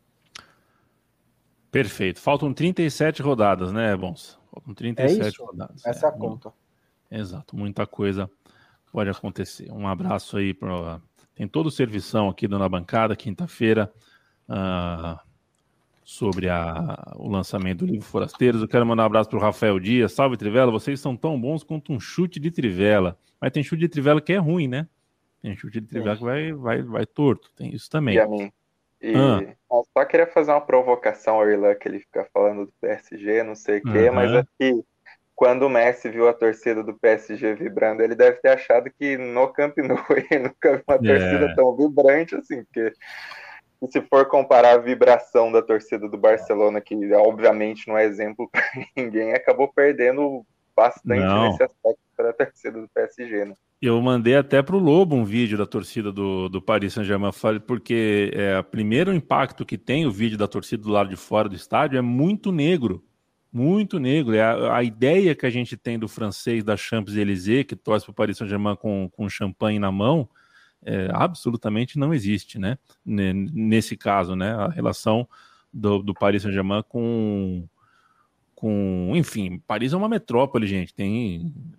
Perfeito. Faltam trinta e sete rodadas, né, Bons? Faltam trinta e sete é rodadas. Essa é, é a não... conta. Exato, muita coisa pode acontecer. Um abraço aí para... Tem todo o servição aqui na bancada, quinta-feira, uh... sobre a, o lançamento do livro Forasteiros. Eu quero mandar um abraço para o Rafael Dias. Salve, Trivela, vocês são tão bons quanto um chute de trivela. Mas tem chute de trivela que é ruim, né? Tem chute de trivela Sim. que vai, vai, vai torto. Tem isso também. E a mim. E ah. só queria fazer uma provocação ao Irlan, que ele fica falando do P S G, não sei o quê, uhum. mas aqui, quando o Messi viu a torcida do P S G vibrando, ele deve ter achado que no Camp Nou ele nunca viu uma torcida é. tão vibrante assim, porque se for comparar a vibração da torcida do Barcelona, que obviamente não é exemplo para ninguém, acabou perdendo bastante não. nesse aspecto para a torcida do P S G, né? Eu mandei até para o Lobo um vídeo da torcida do, do Paris Saint-Germain, porque é, o primeiro impacto que tem o vídeo da torcida do lado de fora do estádio é muito negro, muito negro. É a, a ideia que a gente tem do francês da Champs-Élysées, que torce para o Paris Saint-Germain com, com champanhe na mão, É, absolutamente não existe, né? Nesse caso, né? A relação do, do Paris Saint-Germain com, com... Enfim, Paris é uma metrópole, gente. Tem,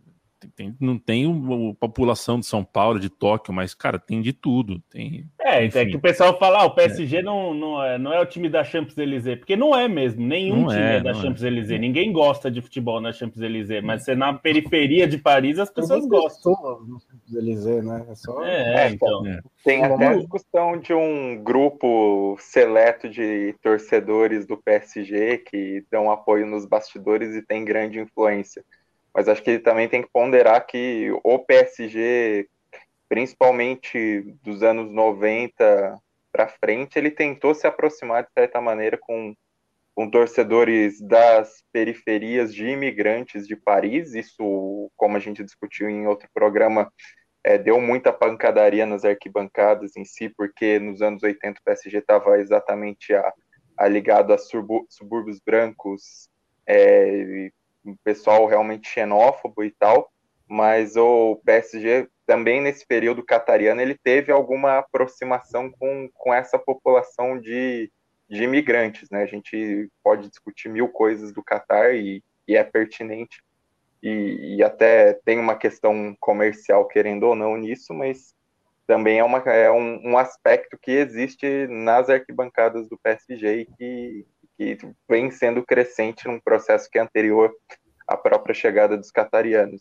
tem, não tem a população de São Paulo, de Tóquio, mas, cara, tem de tudo. Tem, é, enfim. é que o pessoal fala, ah, o P S G é. Não, não, é, não é o time da Champs-Élysées, porque não é mesmo, nenhum não time é, é da Champs-Élysées, é. Ninguém gosta de futebol na Champs-Élysées, mas você na periferia de Paris as pessoas gostam. No Champs-Élysées, né? É, só... é, é então. É. Tem até a discussão de um grupo seleto de torcedores do P S G que dão apoio nos bastidores e tem grande influência. Mas acho que ele também tem que ponderar que o P S G, principalmente dos anos noventa para frente, ele tentou se aproximar de certa maneira com, com torcedores das periferias de imigrantes de Paris. Isso, como a gente discutiu em outro programa, é, deu muita pancadaria nas arquibancadas em si, porque nos anos oitenta o P S G estava exatamente a, a ligado a subúrbios brancos, é, um pessoal realmente xenófobo e tal, mas o P S G também nesse período catariano ele teve alguma aproximação com, com essa população de, de imigrantes, né? A gente pode discutir mil coisas do Catar e, e é pertinente, e, e até tem uma questão comercial, querendo ou não, nisso, mas também é, uma, é um, um aspecto que existe nas arquibancadas do P S G e que que vem sendo crescente num processo que é anterior à própria chegada dos catarianos.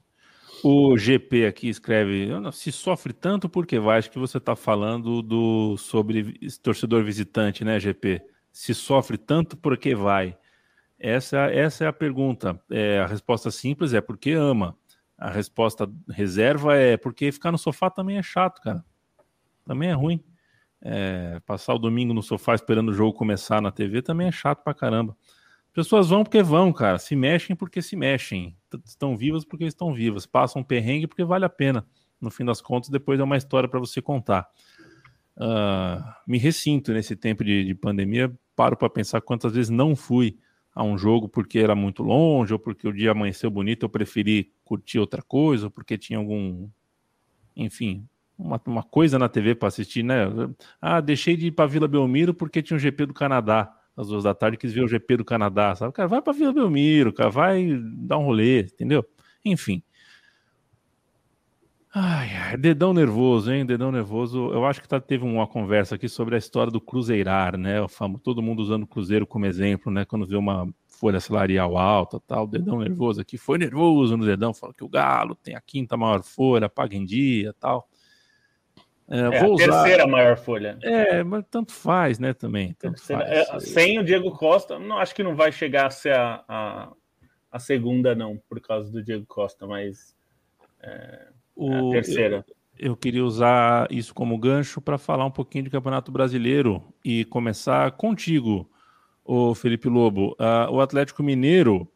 O G P aqui escreve, se sofre tanto porque vai, acho que você está falando do, sobre torcedor visitante, né, G P? Se sofre tanto porque vai. Essa, essa é a pergunta. É, a resposta simples é porque ama. A resposta reserva é porque ficar no sofá também é chato, cara. Também é ruim. É, passar o domingo no sofá esperando o jogo começar na T V também é chato pra caramba. As pessoas vão porque vão, cara. Se mexem porque se mexem. Estão vivas porque estão vivas. Passam perrengue porque vale a pena. No fim das contas, depois é uma história para você contar. Uh, me ressinto nesse tempo de, de pandemia. Paro para pensar quantas vezes não fui a um jogo porque era muito longe, ou porque o dia amanheceu bonito, eu preferi curtir outra coisa, ou porque tinha algum... Enfim... Uma, uma coisa na T V para assistir, né? Ah, deixei de ir para Vila Belmiro porque tinha o G P do Canadá às duas da tarde, quis ver o G P do Canadá, sabe? Cara, vai para Vila Belmiro, cara, vai dar um rolê, entendeu? Enfim. Ai, ai, dedão nervoso, hein? Dedão nervoso. Eu acho que tá, teve uma conversa aqui sobre a história do cruzeirar, né? O famo, todo mundo usando o Cruzeiro como exemplo, né? Quando vê uma folha salarial alta, tal, dedão nervoso aqui, foi nervoso no dedão, fala que o Galo tem a quinta maior folha, paga em dia, tal. É, é vou a usar... terceira maior folha. É, mas tanto faz, né, também. Tanto faz. É, sem o Diego Costa, não, acho que não vai chegar a ser a, a, a segunda, não, por causa do Diego Costa, mas é, o, a terceira. Eu, eu queria usar isso como gancho para falar um pouquinho de Campeonato Brasileiro e começar contigo, o Felipe Lobo. Uh, o Atlético Mineiro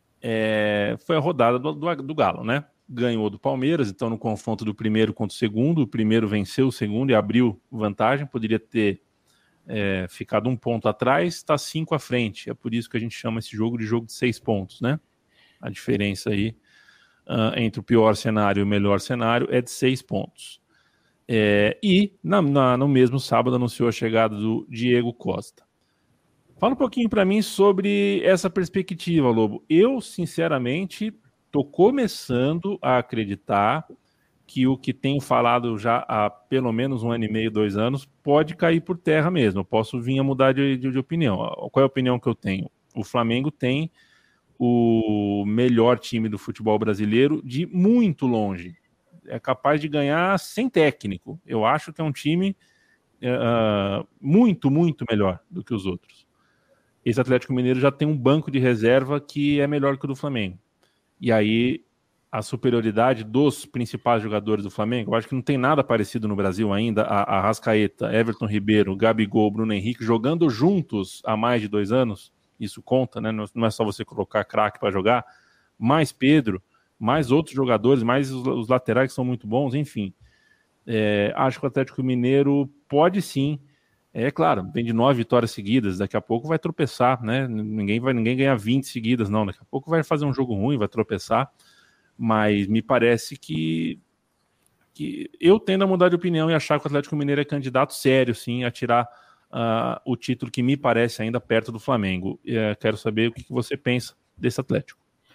é, foi a rodada do, do, do Galo, né? Ganhou do Palmeiras, então no confronto do primeiro contra o segundo, o primeiro venceu o segundo e abriu vantagem, poderia ter é, ficado um ponto atrás, está cinco à frente, é por isso que a gente chama esse jogo de jogo de seis pontos, né? A diferença aí uh, entre o pior cenário e o melhor cenário é de seis pontos. É, e na, na, no mesmo sábado anunciou a chegada do Diego Costa. Fala um pouquinho para mim sobre essa perspectiva, Lobo. Eu, sinceramente... Estou começando a acreditar que o que tenho falado já há pelo menos um ano e meio, dois anos, pode cair por terra mesmo. Eu posso vir a mudar de, de, de opinião. Qual é a opinião que eu tenho? O Flamengo tem o melhor time do futebol brasileiro de muito longe. É capaz de ganhar sem técnico. Eu acho que é um time uh, muito, muito melhor do que os outros. Esse Atlético Mineiro já tem um banco de reserva que é melhor que o do Flamengo. E aí, a superioridade dos principais jogadores do Flamengo, eu acho que não tem nada parecido no Brasil ainda. A Arrascaeta, Everton Ribeiro, Gabigol, Bruno Henrique, jogando juntos há mais de dois anos, isso conta, né? Não é só você colocar craque para jogar, mais Pedro, mais outros jogadores, mais os, os laterais que são muito bons, enfim. É, acho que o Atlético Mineiro pode sim. É claro, vem de nove vitórias seguidas, daqui a pouco vai tropeçar, né? Ninguém vai ninguém ganhar vinte seguidas, não. Daqui a pouco vai fazer um jogo ruim, vai tropeçar, mas me parece que, que eu tendo a mudar de opinião e achar que o Atlético Mineiro é candidato sério, sim, a tirar uh, o título que me parece ainda perto do Flamengo. Uh, quero saber o que, que você pensa desse Atlético.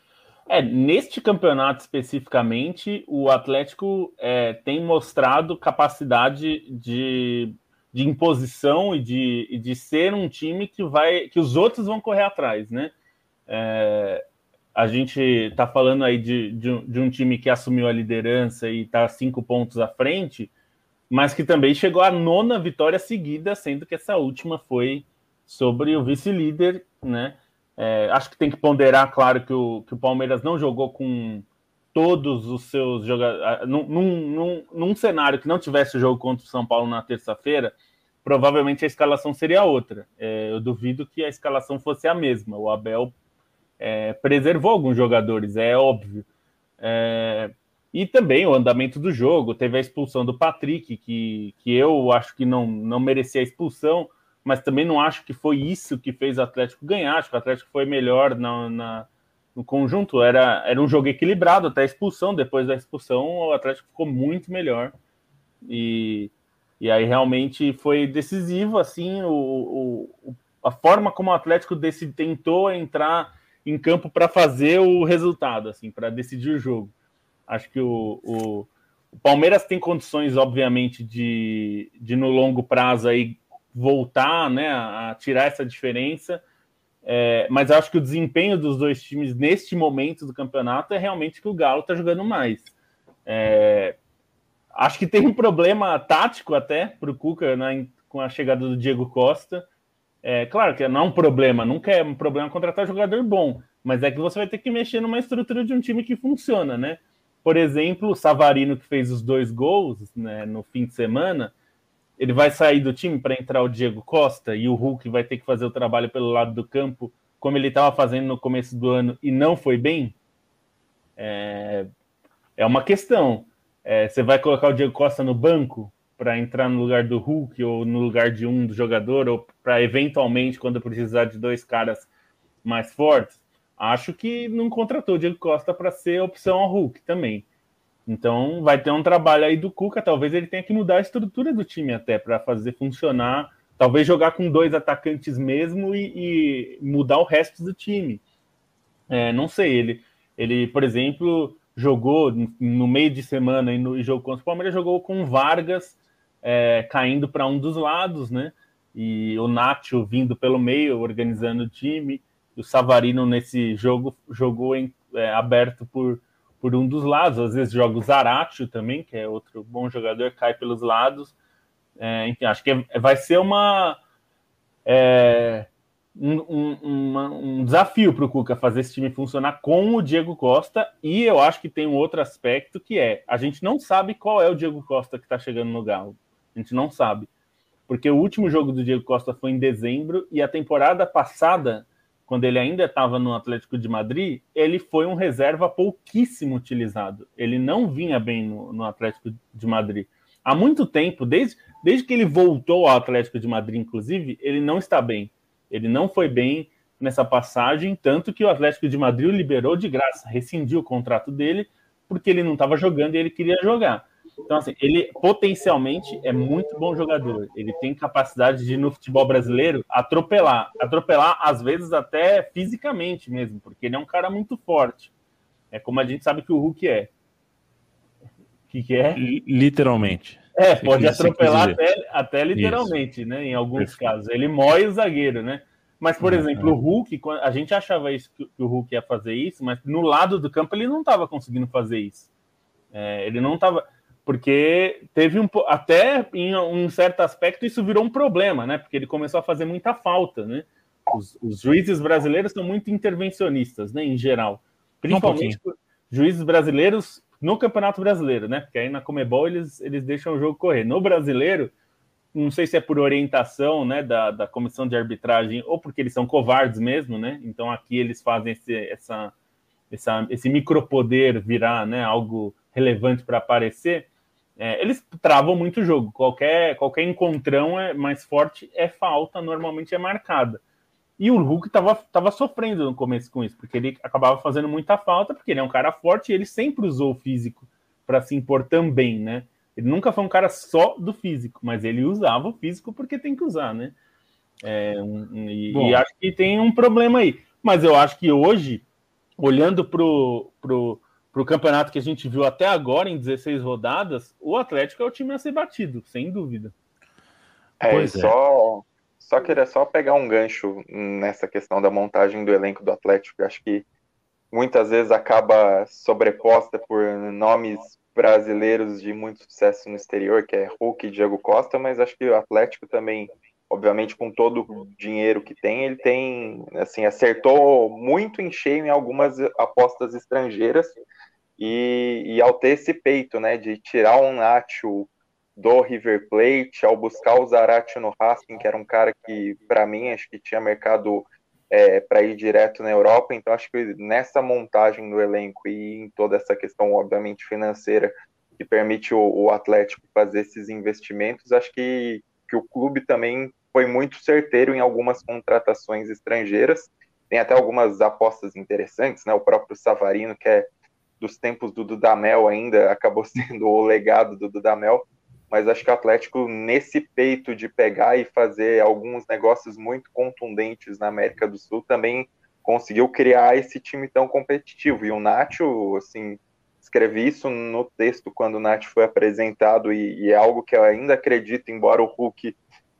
É, neste campeonato especificamente, o Atlético é, tem mostrado capacidade de, de imposição e de, e de ser um time que vai, que os outros vão correr atrás, né? É, a gente está falando aí de, de, de um time que assumiu a liderança e está cinco pontos à frente, mas que também chegou à nona vitória seguida, sendo que essa última foi sobre o vice-líder, né? É, acho que tem que ponderar, claro, que o, que o Palmeiras não jogou com todos os seus jogadores. Num, num, num cenário que não tivesse o jogo contra o São Paulo na terça-feira, provavelmente a escalação seria outra. É, eu duvido que a escalação fosse a mesma. O Abel é, preservou alguns jogadores, é óbvio. É, e também o andamento do jogo. Teve a expulsão do Patrick, que, que eu acho que não, não merecia a expulsão, mas também não acho que foi isso que fez o Atlético ganhar. Acho que o Atlético foi melhor na, na, no conjunto. Era, era um jogo equilibrado até a expulsão. Depois da expulsão, o Atlético ficou muito melhor. E, e aí realmente foi decisivo assim, o, o, a forma como o Atlético decid, tentou entrar em campo para fazer o resultado, assim, para decidir o jogo. Acho que o, o, o Palmeiras tem condições, obviamente, de, de no longo prazo aí voltar, né, a tirar essa diferença, é, mas acho que o desempenho dos dois times neste momento do campeonato é realmente que o Galo está jogando mais. É, acho que tem um problema tático até para o Cuca, né, com a chegada do Diego Costa. É, claro que não é um problema, nunca é um problema contratar jogador bom, mas é que você vai ter que mexer numa estrutura de um time que funciona, né? Por exemplo, o Savarino, que fez os dois gols, né, no fim de semana, ele vai sair do time para entrar o Diego Costa e o Hulk vai ter que fazer o trabalho pelo lado do campo, como ele estava fazendo no começo do ano e não foi bem? É, é uma questão. É, você vai colocar o Diego Costa no banco para entrar no lugar do Hulk ou no lugar de um do jogador, ou para eventualmente, quando precisar de dois caras mais fortes? Acho que não contratou o Diego Costa para ser opção ao Hulk também. Então vai ter um trabalho aí do Cuca, talvez ele tenha que mudar a estrutura do time até para fazer funcionar, talvez jogar com dois atacantes mesmo e, e mudar o resto do time. É, não sei, ele, ele, por exemplo, jogou no meio de semana e no jogo contra o Palmeiras, jogou com Vargas é, caindo para um dos lados, né? E o Nacho vindo pelo meio, organizando o time, e o Savarino nesse jogo jogou em, é, aberto por por um dos lados, às vezes joga o Zaratio também, que é outro bom jogador, cai pelos lados. É, enfim, acho que é, vai ser uma, é, um, um, uma, um desafio para o Cuca fazer esse time funcionar com o Diego Costa, e eu acho que tem um outro aspecto que é, a gente não sabe qual é o Diego Costa que está chegando no Galo. A gente não sabe. Porque o último jogo do Diego Costa foi em dezembro, e a temporada passada, quando ele ainda estava no Atlético de Madrid, ele foi um reserva pouquíssimo utilizado. Ele não vinha bem no, no Atlético de Madrid. Há muito tempo, desde, desde que ele voltou ao Atlético de Madrid, inclusive, ele não está bem. Ele não foi bem nessa passagem, tanto que o Atlético de Madrid o liberou de graça, rescindiu o contrato dele, porque ele não estava jogando e ele queria jogar. Então, assim, ele potencialmente é muito bom jogador. Ele tem capacidade de, no futebol brasileiro, atropelar. Atropelar, às vezes, até fisicamente mesmo, porque ele é um cara muito forte. É como a gente sabe que o Hulk é. O que, que é? Literalmente. É, pode atropelar até, até literalmente, isso, né? Em alguns Perfeito. casos. Ele mói o zagueiro, né? Mas, por uhum. exemplo, o Hulk, a gente achava isso, que o Hulk ia fazer isso, mas no lado do campo ele não estava conseguindo fazer isso. É, ele não estava... Porque teve um... Até em um certo aspecto isso virou um problema, né? Porque ele começou a fazer muita falta, né? Os, os juízes brasileiros são muito intervencionistas, né? Em geral. Principalmente um juízes brasileiros no Campeonato Brasileiro, né? Porque aí na Conmebol eles, eles deixam o jogo correr. No brasileiro, não sei se é por orientação, né, da, da comissão de arbitragem ou porque eles são covardes mesmo, né? Então aqui eles fazem esse, essa, essa, esse micropoder virar, né, algo relevante para aparecer. É, eles travam muito o jogo. Qualquer, qualquer encontrão é mais forte é falta, normalmente é marcada. E o Hulk estava tava sofrendo no começo com isso, porque ele acabava fazendo muita falta, porque ele é um cara forte e ele sempre usou o físico para se impor também, né? Ele nunca foi um cara só do físico, mas ele usava o físico porque tem que usar, né? É, um, e, e acho que tem um problema aí. Mas eu acho que hoje olhando para o campeonato que a gente viu até agora, em dezesseis rodadas, o Atlético é o time a ser batido, sem dúvida. É, Pois e é. só, só queria só pegar um gancho nessa questão da montagem do elenco do Atlético. Eu acho que muitas vezes acaba sobreposta por nomes brasileiros de muito sucesso no exterior, que é Hulk e Diego Costa, mas acho que o Atlético também, obviamente com todo o dinheiro que tem, ele tem, assim, acertou muito em cheio em algumas apostas estrangeiras e, e ao ter esse peito, né, de tirar um Nacho do River Plate, ao buscar o Zarate no Racing, que era um cara que, para mim, acho que tinha mercado é, para ir direto na Europa, então acho que nessa montagem do elenco e em toda essa questão, obviamente, financeira, que permite o, o Atlético fazer esses investimentos, acho que, que o clube também foi muito certeiro em algumas contratações estrangeiras, tem até algumas apostas interessantes, né? O próprio Savarino, que é dos tempos do Dudamel ainda, acabou sendo o legado do Dudamel, mas acho que o Atlético, nesse peito de pegar e fazer alguns negócios muito contundentes na América do Sul, também conseguiu criar esse time tão competitivo. E o Nacho, assim, escrevi isso no texto quando o Nacho foi apresentado, e, e é algo que eu ainda acredito, embora o Hulk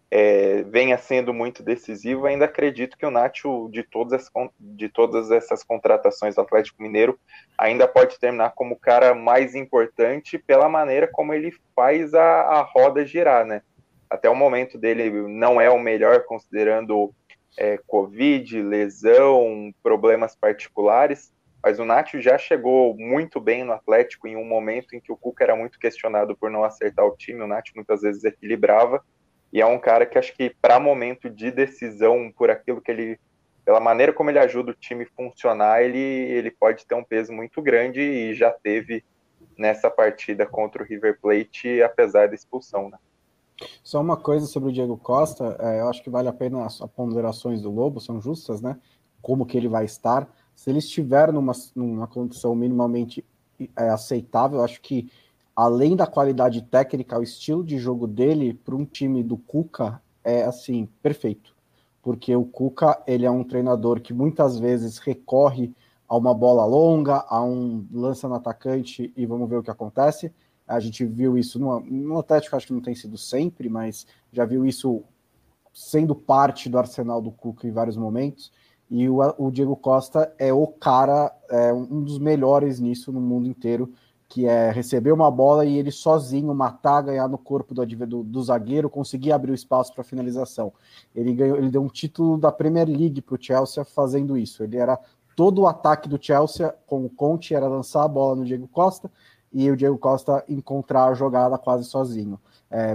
é, venha sendo muito decisivo, ainda acredito que o Nacho, de todas, as, de todas essas contratações do Atlético Mineiro, ainda pode terminar como o cara mais importante pela maneira como ele faz a, a roda girar, né? Até o momento dele não é o melhor, considerando é, Covid, lesão, problemas particulares, mas o Nacho já chegou muito bem no Atlético em um momento em que o Cuca era muito questionado por não acertar o time, o Nacho muitas vezes equilibrava, e é um cara que acho que para momento de decisão, por aquilo que ele, pela maneira como ele ajuda o time a funcionar, ele, ele pode ter um peso muito grande e já teve nessa partida contra o River Plate, apesar da expulsão, né? Só uma coisa sobre o Diego Costa, é, eu acho que vale a pena, as ponderações do Lobo são justas, né? Como que ele vai estar. Se ele estiver numa, numa condição minimamente é, aceitável, eu acho que além da qualidade técnica, o estilo de jogo dele para um time do Cuca é assim, perfeito. Porque o Cuca, ele é um treinador que muitas vezes recorre a uma bola longa, a um lança no atacante e vamos ver o que acontece. A gente viu isso no, no Atlético, acho que não tem sido sempre, mas já viu isso sendo parte do arsenal do Cuca em vários momentos. E o, o Diego Costa é o cara, é um dos melhores nisso no mundo inteiro, que é receber uma bola e ele sozinho matar, ganhar no corpo do, do, do zagueiro, conseguir abrir o espaço para finalização. Ele, ganhou, ele deu um título da Premier League para o Chelsea fazendo isso. Ele era todo o ataque do Chelsea com o Conte, era lançar a bola no Diego Costa e o Diego Costa encontrar a jogada quase sozinho. É,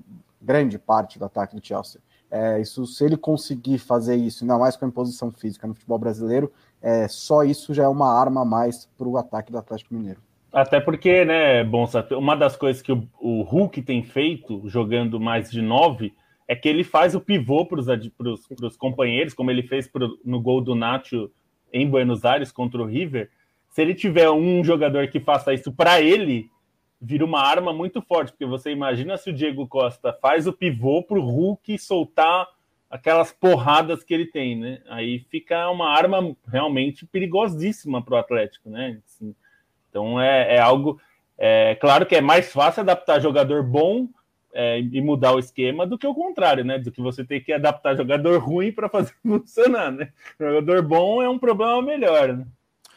grande parte do ataque do Chelsea. É, isso, se ele conseguir fazer isso, ainda mais com a imposição física no futebol brasileiro, é, só isso já é uma arma a mais para o ataque do Atlético Mineiro. Até porque, né, Bonsa, uma das coisas que o, o Hulk tem feito, jogando mais de nove, é que ele faz o pivô para os companheiros, como ele fez pro, no gol do Nacho em Buenos Aires contra o River. Se ele tiver um jogador que faça isso para ele, vira uma arma muito forte, porque você imagina se o Diego Costa faz o pivô para o Hulk soltar aquelas porradas que ele tem, né? Aí fica uma arma realmente perigosíssima para o Atlético, né? Assim, então é, é algo, é, claro que é mais fácil adaptar jogador bom é, e mudar o esquema do que o contrário, né? Do que você ter que adaptar jogador ruim para fazer funcionar, né? Jogador bom é um problema melhor, né?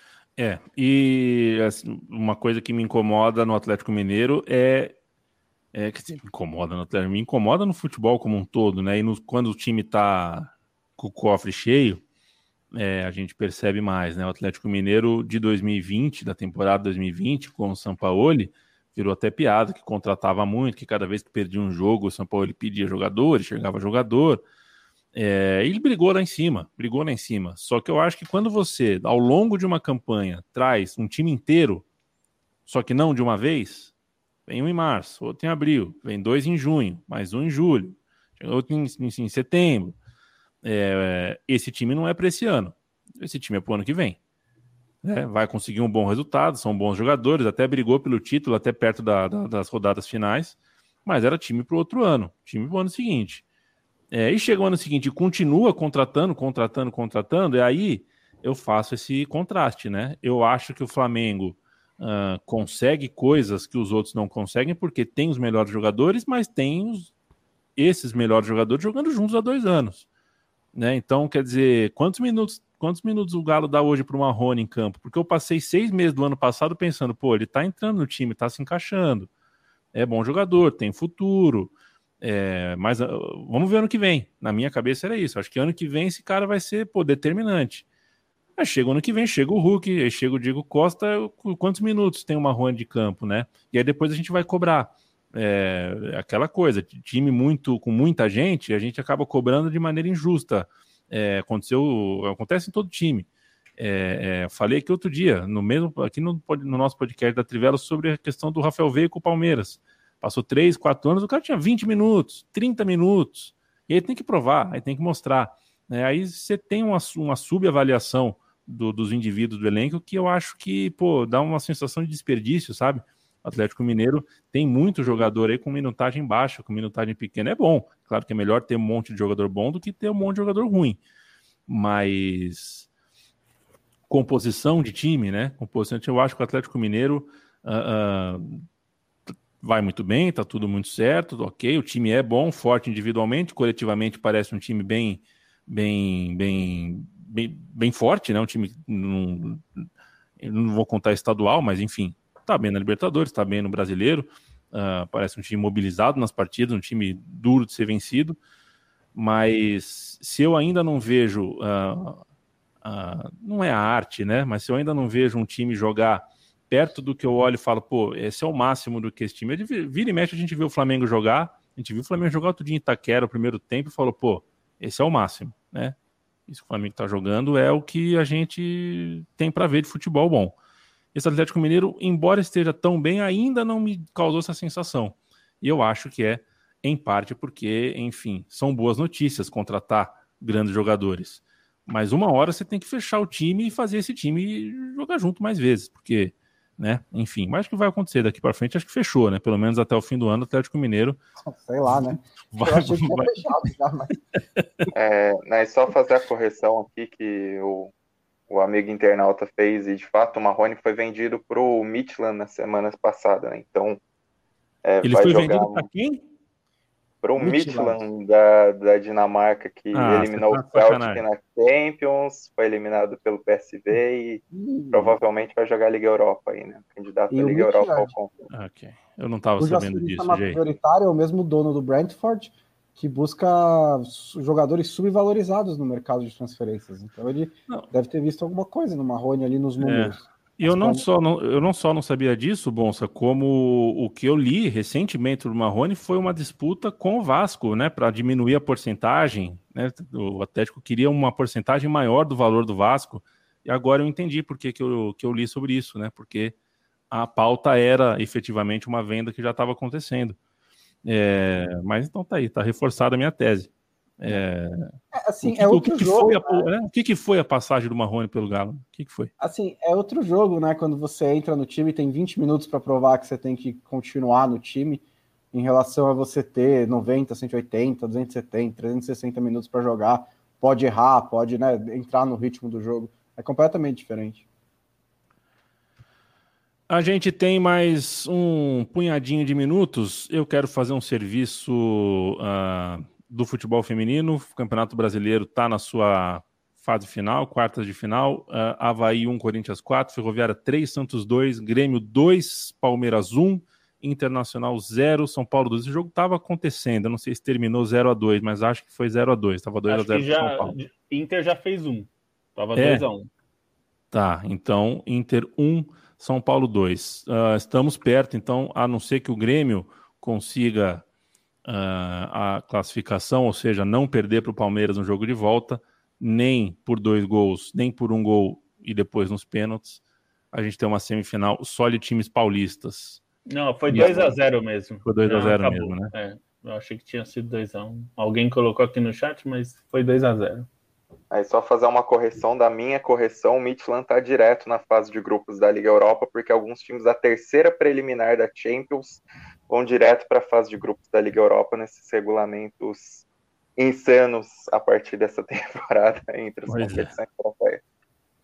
É, e assim, uma coisa que me incomoda no Atlético Mineiro é, é que assim, me incomoda no Atlético, me incomoda no futebol como um todo, né? E no, quando o time tá com o cofre cheio, é, a gente percebe mais, né? O Atlético Mineiro de dois mil e vinte, da temporada dois mil e vinte, com o Sampaoli, virou até piada, que contratava muito, que cada vez que perdia um jogo, o Sampaoli pedia jogador, chegava jogador. É, ele brigou lá em cima, brigou lá em cima. Só que eu acho que quando você, ao longo de uma campanha, traz um time inteiro, só que não de uma vez, vem um em março, outro em abril, vem dois em junho, mais um em julho, outro em, em, em setembro. É, esse time não é para esse ano, esse time é para o ano que vem. É, vai conseguir um bom resultado, são bons jogadores, até brigou pelo título, até perto da, da, das rodadas finais, mas era time para o outro ano, time para o ano seguinte. É, e chega o ano seguinte e continua contratando, contratando, contratando, e aí eu faço esse contraste, né? Eu acho que o Flamengo uh, consegue coisas que os outros não conseguem, porque tem os melhores jogadores, mas tem os, esses melhores jogadores jogando juntos há dois anos, né? Então, quer dizer, quantos minutos, quantos minutos o Galo dá hoje para o Marrone em campo? Porque eu passei seis meses do ano passado pensando, pô, ele tá entrando no time, tá se encaixando, é bom jogador, tem futuro, é, mas uh, vamos ver ano que vem. Na minha cabeça era isso, acho que ano que vem esse cara vai ser, pô, determinante. Aí chega o ano que vem, chega o Hulk, aí chega o Diego Costa, quantos minutos tem o Marrone de campo, né? E aí depois a gente vai cobrar. É, aquela coisa, time muito com muita gente, a gente acaba cobrando de maneira injusta. É, aconteceu, acontece em todo time. É, é, falei aqui outro dia, no mesmo, aqui no, no nosso podcast da Trivela, sobre a questão do Rafael Veiga com o Palmeiras. Passou três, quatro anos, o cara tinha vinte minutos, trinta minutos, e aí tem que provar, aí tem que mostrar. Né? Aí você tem uma, uma subavaliação do, dos indivíduos do elenco que eu acho que, pô, dá uma sensação de desperdício, sabe? O Atlético Mineiro tem muito jogador aí com minutagem baixa, com minutagem pequena. É bom, claro que é melhor ter um monte de jogador bom do que ter um monte de jogador ruim. Mas composição de time, né? Composição de time, eu acho que o Atlético Mineiro uh, uh, vai muito bem, tá tudo muito certo, ok. O time é bom, forte individualmente, coletivamente parece um time bem, bem, bem, bem, bem forte, né? Um time, não, não vou contar estadual, mas enfim. Tá bem na Libertadores, tá bem no Brasileiro, uh, parece um time mobilizado nas partidas, um time duro de ser vencido, mas se eu ainda não vejo, uh, uh, não é a arte, né, mas se eu ainda não vejo um time jogar perto do que eu olho e falo, pô, esse é o máximo do que esse time, vira e mexe a gente vê o Flamengo jogar, a gente viu o Flamengo jogar outro dia em Itaquera, o primeiro tempo, e falou, pô, esse é o máximo, né, isso que o Flamengo tá jogando é o que a gente tem para ver de futebol bom. Esse Atlético Mineiro, embora esteja tão bem, ainda não me causou essa sensação. E eu acho que é, em parte, porque, enfim, são boas notícias contratar grandes jogadores. Mas uma hora você tem que fechar o time e fazer esse time jogar junto mais vezes, porque, né, enfim, mas acho que vai acontecer daqui para frente, acho que fechou, né? Pelo menos até o fim do ano, o Atlético Mineiro. Sei lá, né? Vai, eu achei que vai... fechado já, mas... É, né, só fazer a correção aqui que o. O amigo internauta fez, e de fato o Marrone foi vendido para o Midtjylland na semana passada, né? Então, é, ele vai foi jogar vendido para quem? Para o Midtjylland da, da Dinamarca, que ah, eliminou o Celtic na Champions, foi eliminado pelo P S V e hum. provavelmente vai jogar a Liga Europa aí, né? Candidato à Liga Europa ao confronto. Ok, eu não estava sabendo disso, gente. O prioritário é o mesmo dono do Brentford, que busca jogadores subvalorizados no mercado de transferências. Então ele não. deve ter visto alguma coisa no Marrone ali nos números. É. E eu não, só, não, eu não só não sabia disso, Bonsa, como o que eu li recentemente do Marrone foi uma disputa com o Vasco, né, para diminuir a porcentagem, né, o Atlético queria uma porcentagem maior do valor do Vasco, e agora eu entendi por que, que, eu, que eu li sobre isso, né, porque a pauta era efetivamente uma venda que já estava acontecendo. É, mas então tá aí, tá reforçada a minha tese. É, assim, o que, é outro o que, que jogo, foi a, né? né? O que, que foi a passagem do Marrone pelo Galo? O que, que foi? Assim, é outro jogo, né? Quando você entra no time, tem vinte minutos para provar que você tem que continuar no time, em relação a você ter noventa, cento e oitenta, duzentos e setenta, trezentos e sessenta minutos para jogar. Pode errar, pode, né, entrar no ritmo do jogo. É completamente diferente. A gente tem mais um punhadinho de minutos. Eu quero fazer um serviço uh, do futebol feminino. O Campeonato Brasileiro está na sua fase final, quartas de final. Uh, Avaí um, Corinthians quatro, Ferroviária três, Santos dois, Grêmio dois, Palmeiras um, Internacional zero, São Paulo dois. Esse jogo estava acontecendo, eu não sei se terminou zero a dois, mas acho que foi zero a dois. Estava dois a zero para São Paulo. Inter já fez um. Estava dois a um. Tá, então Inter um, São Paulo dois. Uh, estamos perto, então, a não ser que o Grêmio consiga uh, a classificação, ou seja, não perder para o Palmeiras no jogo de volta, nem por dois gols, nem por um gol e depois nos pênaltis, a gente tem uma semifinal só de times paulistas. Não, foi dois a zero mesmo. Foi dois a zero mesmo, né? É, eu achei que tinha sido dois a um. Alguém colocou aqui no chat, mas foi dois a zero. Aí só fazer uma correção da minha correção, o Midtjylland está direto na fase de grupos da Liga Europa, porque alguns times da terceira preliminar da Champions vão direto para a fase de grupos da Liga Europa nesses regulamentos insanos a partir dessa temporada entre as pois competições europeias.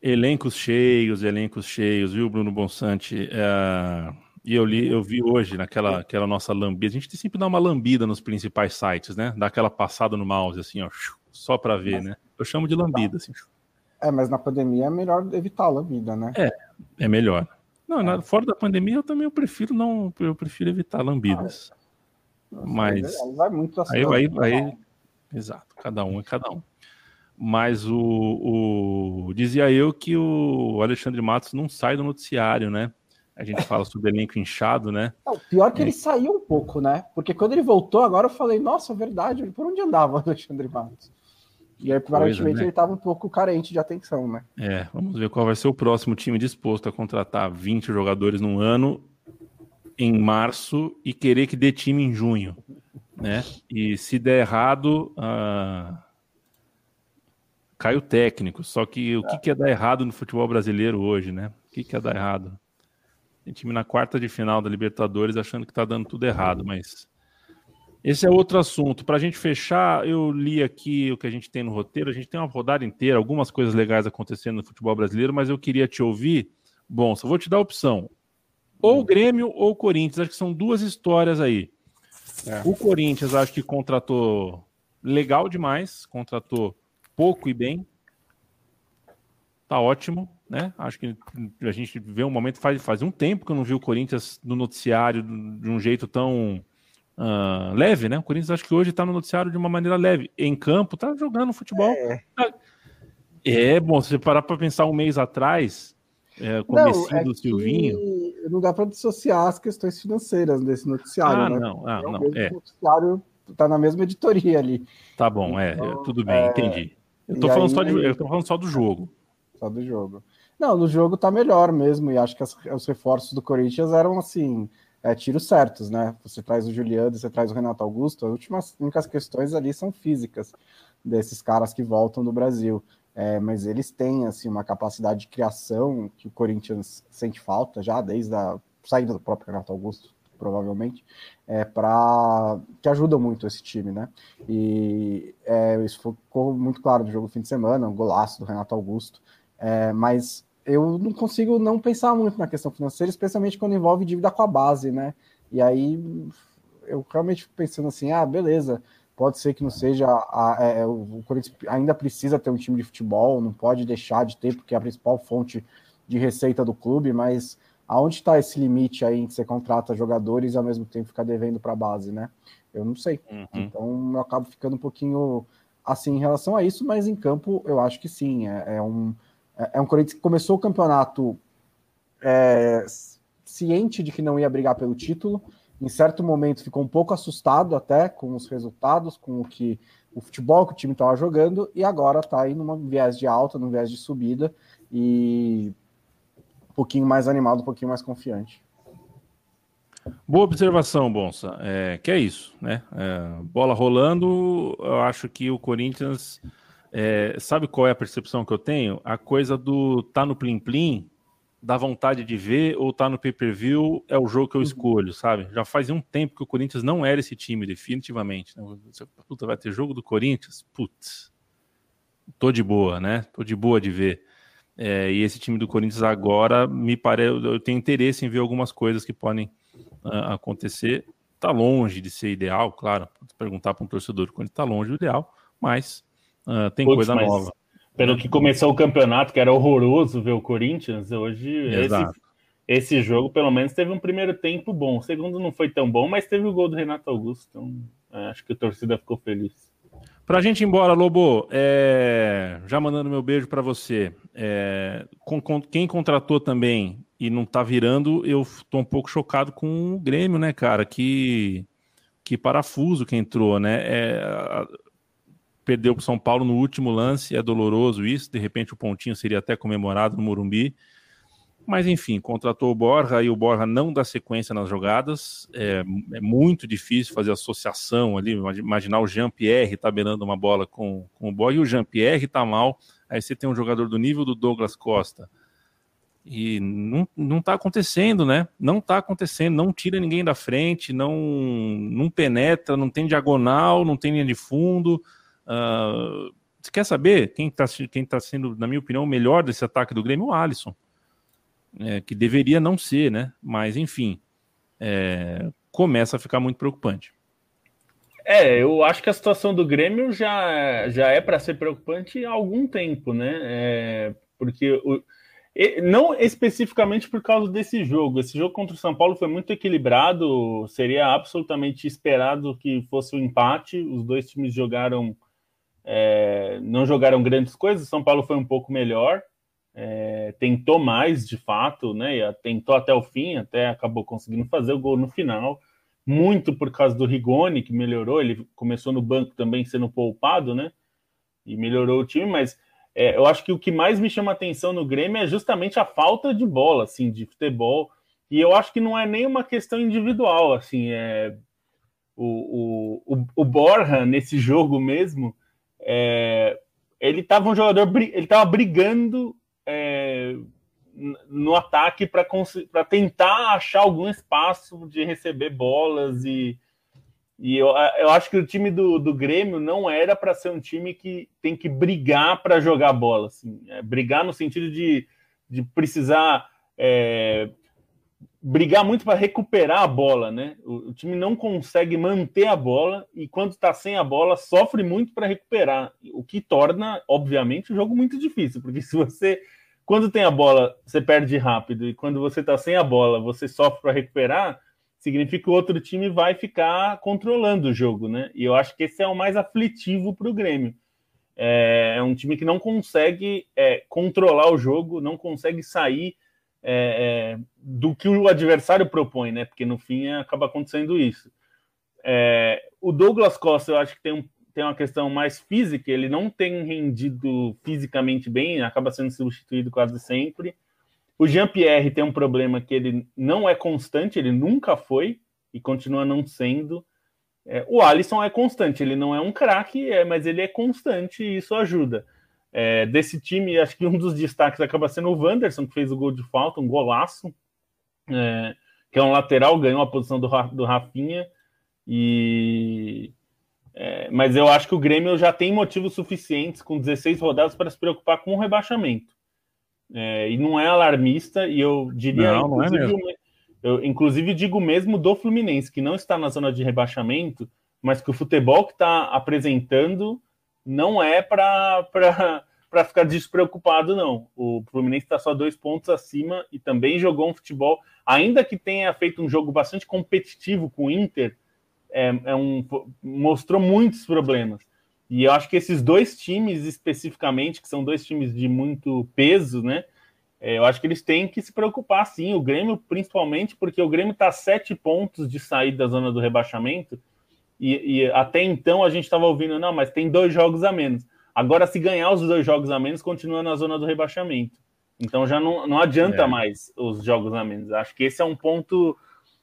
Elencos cheios, elencos cheios, viu, Bruno Bonsante? É... E eu li, eu vi hoje naquela aquela nossa lambida. A gente sempre dá uma lambida nos principais sites, né? Dá aquela passada no mouse, assim, ó, só para ver, né? Eu chamo de lambida, assim. É, mas na pandemia é melhor evitar a lambida, né? É, é melhor. Não, na, fora da pandemia eu também eu prefiro não, eu prefiro evitar lambidas. Ah, mas aí vai muito assim. Aí, aí, aí, exato, cada um é cada um. Mas o, o dizia eu que o Alexandre Matos não sai do noticiário, né? A gente fala sobre elenco inchado, né? Não, pior que é. Ele saiu um pouco, né? Porque quando ele voltou, agora eu falei, nossa, verdade, por onde andava o Alexandre Matos? E aí, aparentemente, né? Ele estava um pouco carente de atenção, né? É, vamos ver qual vai ser o próximo time disposto a contratar vinte jogadores num ano em março e querer que dê time em junho, né? E se der errado, uh... cai o técnico. Só que o que, que é dar errado no futebol brasileiro hoje, né? O que, que é dar errado? Tem time na quarta de final da Libertadores achando que tá dando tudo errado, mas esse é outro assunto. Para a gente fechar, eu li aqui o que a gente tem no roteiro. A gente tem uma rodada inteira, algumas coisas legais acontecendo no futebol brasileiro, mas eu queria te ouvir. Bom, só vou te dar a opção. Ou Grêmio ou Corinthians. Acho que são duas histórias aí. É. O Corinthians acho que contratou legal demais, contratou pouco e bem. Tá ótimo, né? Acho que a gente vê um momento, faz, faz um tempo que eu não vi o Corinthians no noticiário de um jeito tão uh, leve, né? O Corinthians acho que hoje tá no noticiário de uma maneira leve. Em campo, tá jogando futebol. É, é bom, se você parar para pensar um mês atrás, é, comecinho não, é do Silvinho... Não dá para dissociar as questões financeiras desse noticiário, ah, né? Não, ah, é não, o é. noticiário tá na mesma editoria ali. Tá bom, então, é, tudo bem, é... entendi. Eu tô, falando aí, só de, eu tô falando só do jogo. Só do jogo. Não, no jogo tá melhor mesmo, e acho que as, os reforços do Corinthians eram, assim, é, tiros certos, né? Você traz o Juliano, você traz o Renato Augusto, as últimas únicas questões ali são físicas desses caras que voltam do Brasil. É, mas eles têm, assim, uma capacidade de criação que o Corinthians sente falta já, desde a saída do próprio Renato Augusto, provavelmente, é, para que ajuda muito esse time, né? E é, isso ficou muito claro no jogo do fim de semana, um golaço do Renato Augusto, é, mas eu não consigo não pensar muito na questão financeira, especialmente quando envolve dívida com a base, né? E aí eu realmente fico pensando assim, ah, beleza, pode ser que não seja, a, a, a, o Corinthians ainda precisa ter um time de futebol, não pode deixar de ter, porque é a principal fonte de receita do clube, mas aonde está esse limite aí em que você contrata jogadores e ao mesmo tempo ficar devendo para a base, né? Eu não sei. Uhum. Então eu acabo ficando um pouquinho assim em relação a isso, mas em campo eu acho que sim. É, é um, é um Corinthians que começou o campeonato é, ciente de que não ia brigar pelo título. Em certo momento ficou um pouco assustado até com os resultados, com o que o futebol que o time estava jogando, e agora está aí numa viés de alta, num viés de subida, e um pouquinho mais animado, um pouquinho mais confiante. Boa observação, Bonsa. É, que é isso, né? É, bola rolando, eu acho que o Corinthians... É, sabe qual é a percepção que eu tenho? A coisa do tá no plim-plim, dá vontade de ver, ou tá no pay-per-view, é o jogo que eu escolho, sabe? Já faz um tempo que o Corinthians não era esse time, definitivamente. Né? Puta, vai ter jogo do Corinthians? Putz, tô de boa, né? Tô de boa de ver. É, e esse time do Corinthians agora, me parece, eu tenho interesse em ver algumas coisas que podem uh, acontecer. Tá longe de ser ideal, claro. Perguntar para um torcedor quando tá longe do ideal, mas uh, tem Puts, coisa nova. Pelo que começou o campeonato, que era horroroso ver o Corinthians, hoje esse, esse jogo pelo menos teve um primeiro tempo bom. O segundo não foi tão bom, mas teve o gol do Renato Augusto, então é, acho que a torcida ficou feliz. Pra gente ir embora, Lobo, é... já mandando meu beijo para você. É... Com, com... Quem contratou também e não tá virando, eu tô um pouco chocado com o Grêmio, né, cara? Que, que parafuso que entrou, né? É... Perdeu para o São Paulo no último lance, é doloroso isso, de repente o pontinho seria até comemorado no Morumbi, mas enfim, contratou o Borja e o Borja não dá sequência nas jogadas, é, é muito difícil fazer associação ali, imaginar o Jean-Pierre tabelando uma bola com, com o Borja, e o Jean-Pierre tá mal, aí você tem um jogador do nível do Douglas Costa, e não, não tá acontecendo, né, não tá acontecendo, não tira ninguém da frente, não, não penetra, não tem diagonal, não tem linha de fundo. Uh, Você quer saber quem está quem tá sendo, na minha opinião, o melhor desse ataque do Grêmio? O Alisson. É, que deveria não ser, né? Mas, enfim, é, começa a ficar muito preocupante. É, eu acho que a situação do Grêmio já, já é para ser preocupante há algum tempo, né? É, porque o, não especificamente por causa desse jogo. Esse jogo contra o São Paulo foi muito equilibrado, seria absolutamente esperado que fosse um empate. Os dois times jogaram, é, não jogaram grandes coisas. O São Paulo foi um pouco melhor, é, tentou mais de fato, né? Tentou até o fim, até acabou conseguindo fazer o gol no final. Muito por causa do Rigoni, que melhorou, ele começou no banco também sendo poupado, né? E melhorou o time, mas é, eu acho que o que mais me chama atenção no Grêmio é justamente a falta de bola, assim, de futebol. E eu acho que não é nem uma questão individual, assim, é o, o, o Borja, nesse jogo mesmo, é, ele estava um jogador, ele estava brigando é, no ataque para tentar achar algum espaço de receber bolas e, e eu, eu acho que o time do, do Grêmio não era para ser um time que tem que brigar para jogar bola, assim, é, brigar no sentido de, de precisar é, brigar muito para recuperar a bola, né? O, o time não consegue manter a bola e quando está sem a bola sofre muito para recuperar, o que torna, obviamente, o jogo muito difícil, porque se você quando tem a bola, você perde rápido, e quando você está sem a bola, você sofre para recuperar, significa que o outro time vai ficar controlando o jogo, né? E eu acho que esse é o mais aflitivo para o Grêmio. É, é um time que não consegue é, controlar o jogo, não consegue sair é, é, do que o adversário propõe, né? Porque no fim acaba acontecendo isso. É, o Douglas Costa, eu acho que tem um tem uma questão mais física, ele não tem rendido fisicamente bem, acaba sendo substituído quase sempre. O Jean-Pierre tem um problema que ele não é constante, ele nunca foi e continua não sendo. É, o Alisson é constante, ele não é um craque, é, mas ele é constante e isso ajuda. É, desse time, acho que um dos destaques acaba sendo o Wanderson, que fez o gol de falta, um golaço, é, que é um lateral, ganhou a posição do, do Rafinha e... É, mas eu acho que o Grêmio já tem motivos suficientes com dezesseis rodadas para se preocupar com o rebaixamento. É, e não é alarmista, e eu diria, não, não é mesmo. Eu, inclusive, digo mesmo do Fluminense, que não está na zona de rebaixamento, mas que o futebol que está apresentando não é para ficar despreocupado, não. O Fluminense está só dois pontos acima e também jogou um futebol, ainda que tenha feito um jogo bastante competitivo com o Inter, É, é um, mostrou muitos problemas. E eu acho que esses dois times especificamente, que são dois times de muito peso, né? É, eu acho que eles têm que se preocupar, sim. O Grêmio, principalmente, porque o Grêmio está a sete pontos de sair da zona do rebaixamento. E, e até então a gente estava ouvindo, não, mas tem dois jogos a menos. Agora, se ganhar os dois jogos a menos, continua na zona do rebaixamento. Então já não, não adianta é. mais os jogos a menos. Acho que esse é um ponto.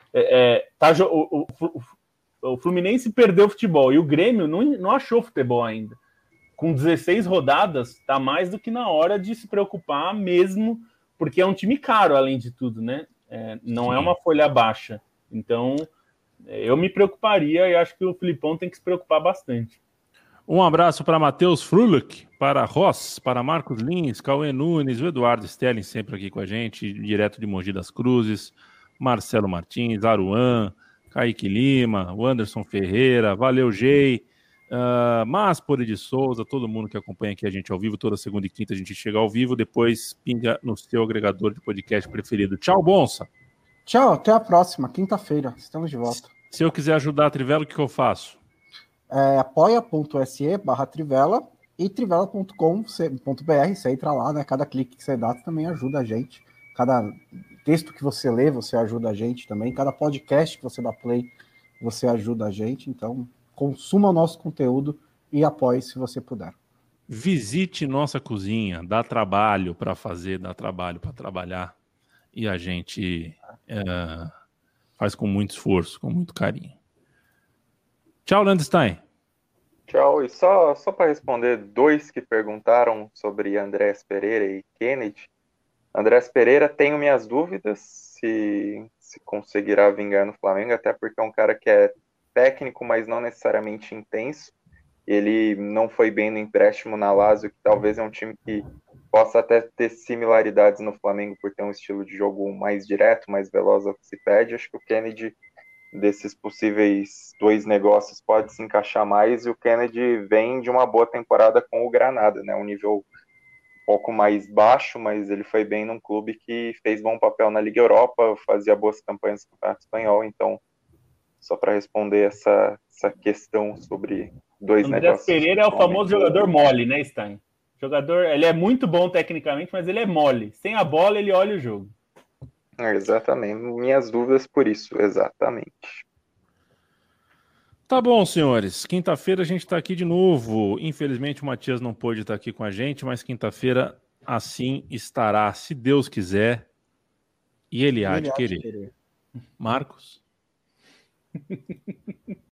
É, é, tá, o, o, o Fluminense perdeu o futebol e o Grêmio não, não achou futebol ainda. Com dezesseis rodadas, tá mais do que na hora de se preocupar mesmo, porque é um time caro, além de tudo, né? É, não Sim. é uma folha baixa. Então, eu me preocuparia e acho que o Filipão tem que se preocupar bastante. Um abraço para Matheus Frulich, para Ross, para Marcos Lins, Cauê Nunes, o Eduardo Stelling sempre aqui com a gente, direto de Mogi das Cruzes, Marcelo Martins, Aruan, Kaique Lima, o Anderson Ferreira, valeu, Gei, uh, Maspore de Souza, todo mundo que acompanha aqui a gente ao vivo, toda segunda e quinta a gente chega ao vivo, depois pinga no seu agregador de podcast preferido. Tchau, Bonsa! Tchau, até a próxima, quinta-feira, estamos de volta. Se eu quiser ajudar a Trivela, o que, que eu faço? É, apoia.se barra Trivela e trivela ponto com ponto br, você entra lá, né? Cada clique que você dá também ajuda a gente. Cada texto que você lê, você ajuda a gente também. Cada podcast que você dá play, você ajuda a gente. Então, consuma o nosso conteúdo e apoie se você puder. Visite nossa cozinha, dá trabalho para fazer, dá trabalho para trabalhar. E a gente é, faz com muito esforço, com muito carinho. Tchau, Landstein. Tchau. E só, só para responder dois que perguntaram sobre Andrés Pereira e Kennedy. Andrés Pereira, tenho minhas dúvidas se, se conseguirá vingar no Flamengo, até porque é um cara que é técnico, mas não necessariamente intenso. ele não foi bem no empréstimo na Lazio, que talvez é um time que possa até ter similaridades no Flamengo por ter um estilo de jogo mais direto, mais veloz ao que se pede. Acho que o Kennedy, desses possíveis dois negócios, pode se encaixar mais, e o Kennedy vem de uma boa temporada com o Granada, né? Um nível um pouco mais baixo, mas ele foi bem num clube que fez bom papel na Liga Europa, fazia boas campanhas no Campeonato Espanhol. Então, só para responder essa, essa questão sobre dois Andrés negócios. Pereira é o famoso jogador mole, né, Stein? Jogador, ele é muito bom tecnicamente, mas ele é mole. Sem a bola, ele olha o jogo. É, exatamente. Minhas dúvidas por isso, exatamente. Tá bom, senhores. Quinta-feira a gente tá aqui de novo. Infelizmente o Matias não pôde estar aqui com a gente, mas quinta-feira assim estará, se Deus quiser. E ele há de querer. Marcos?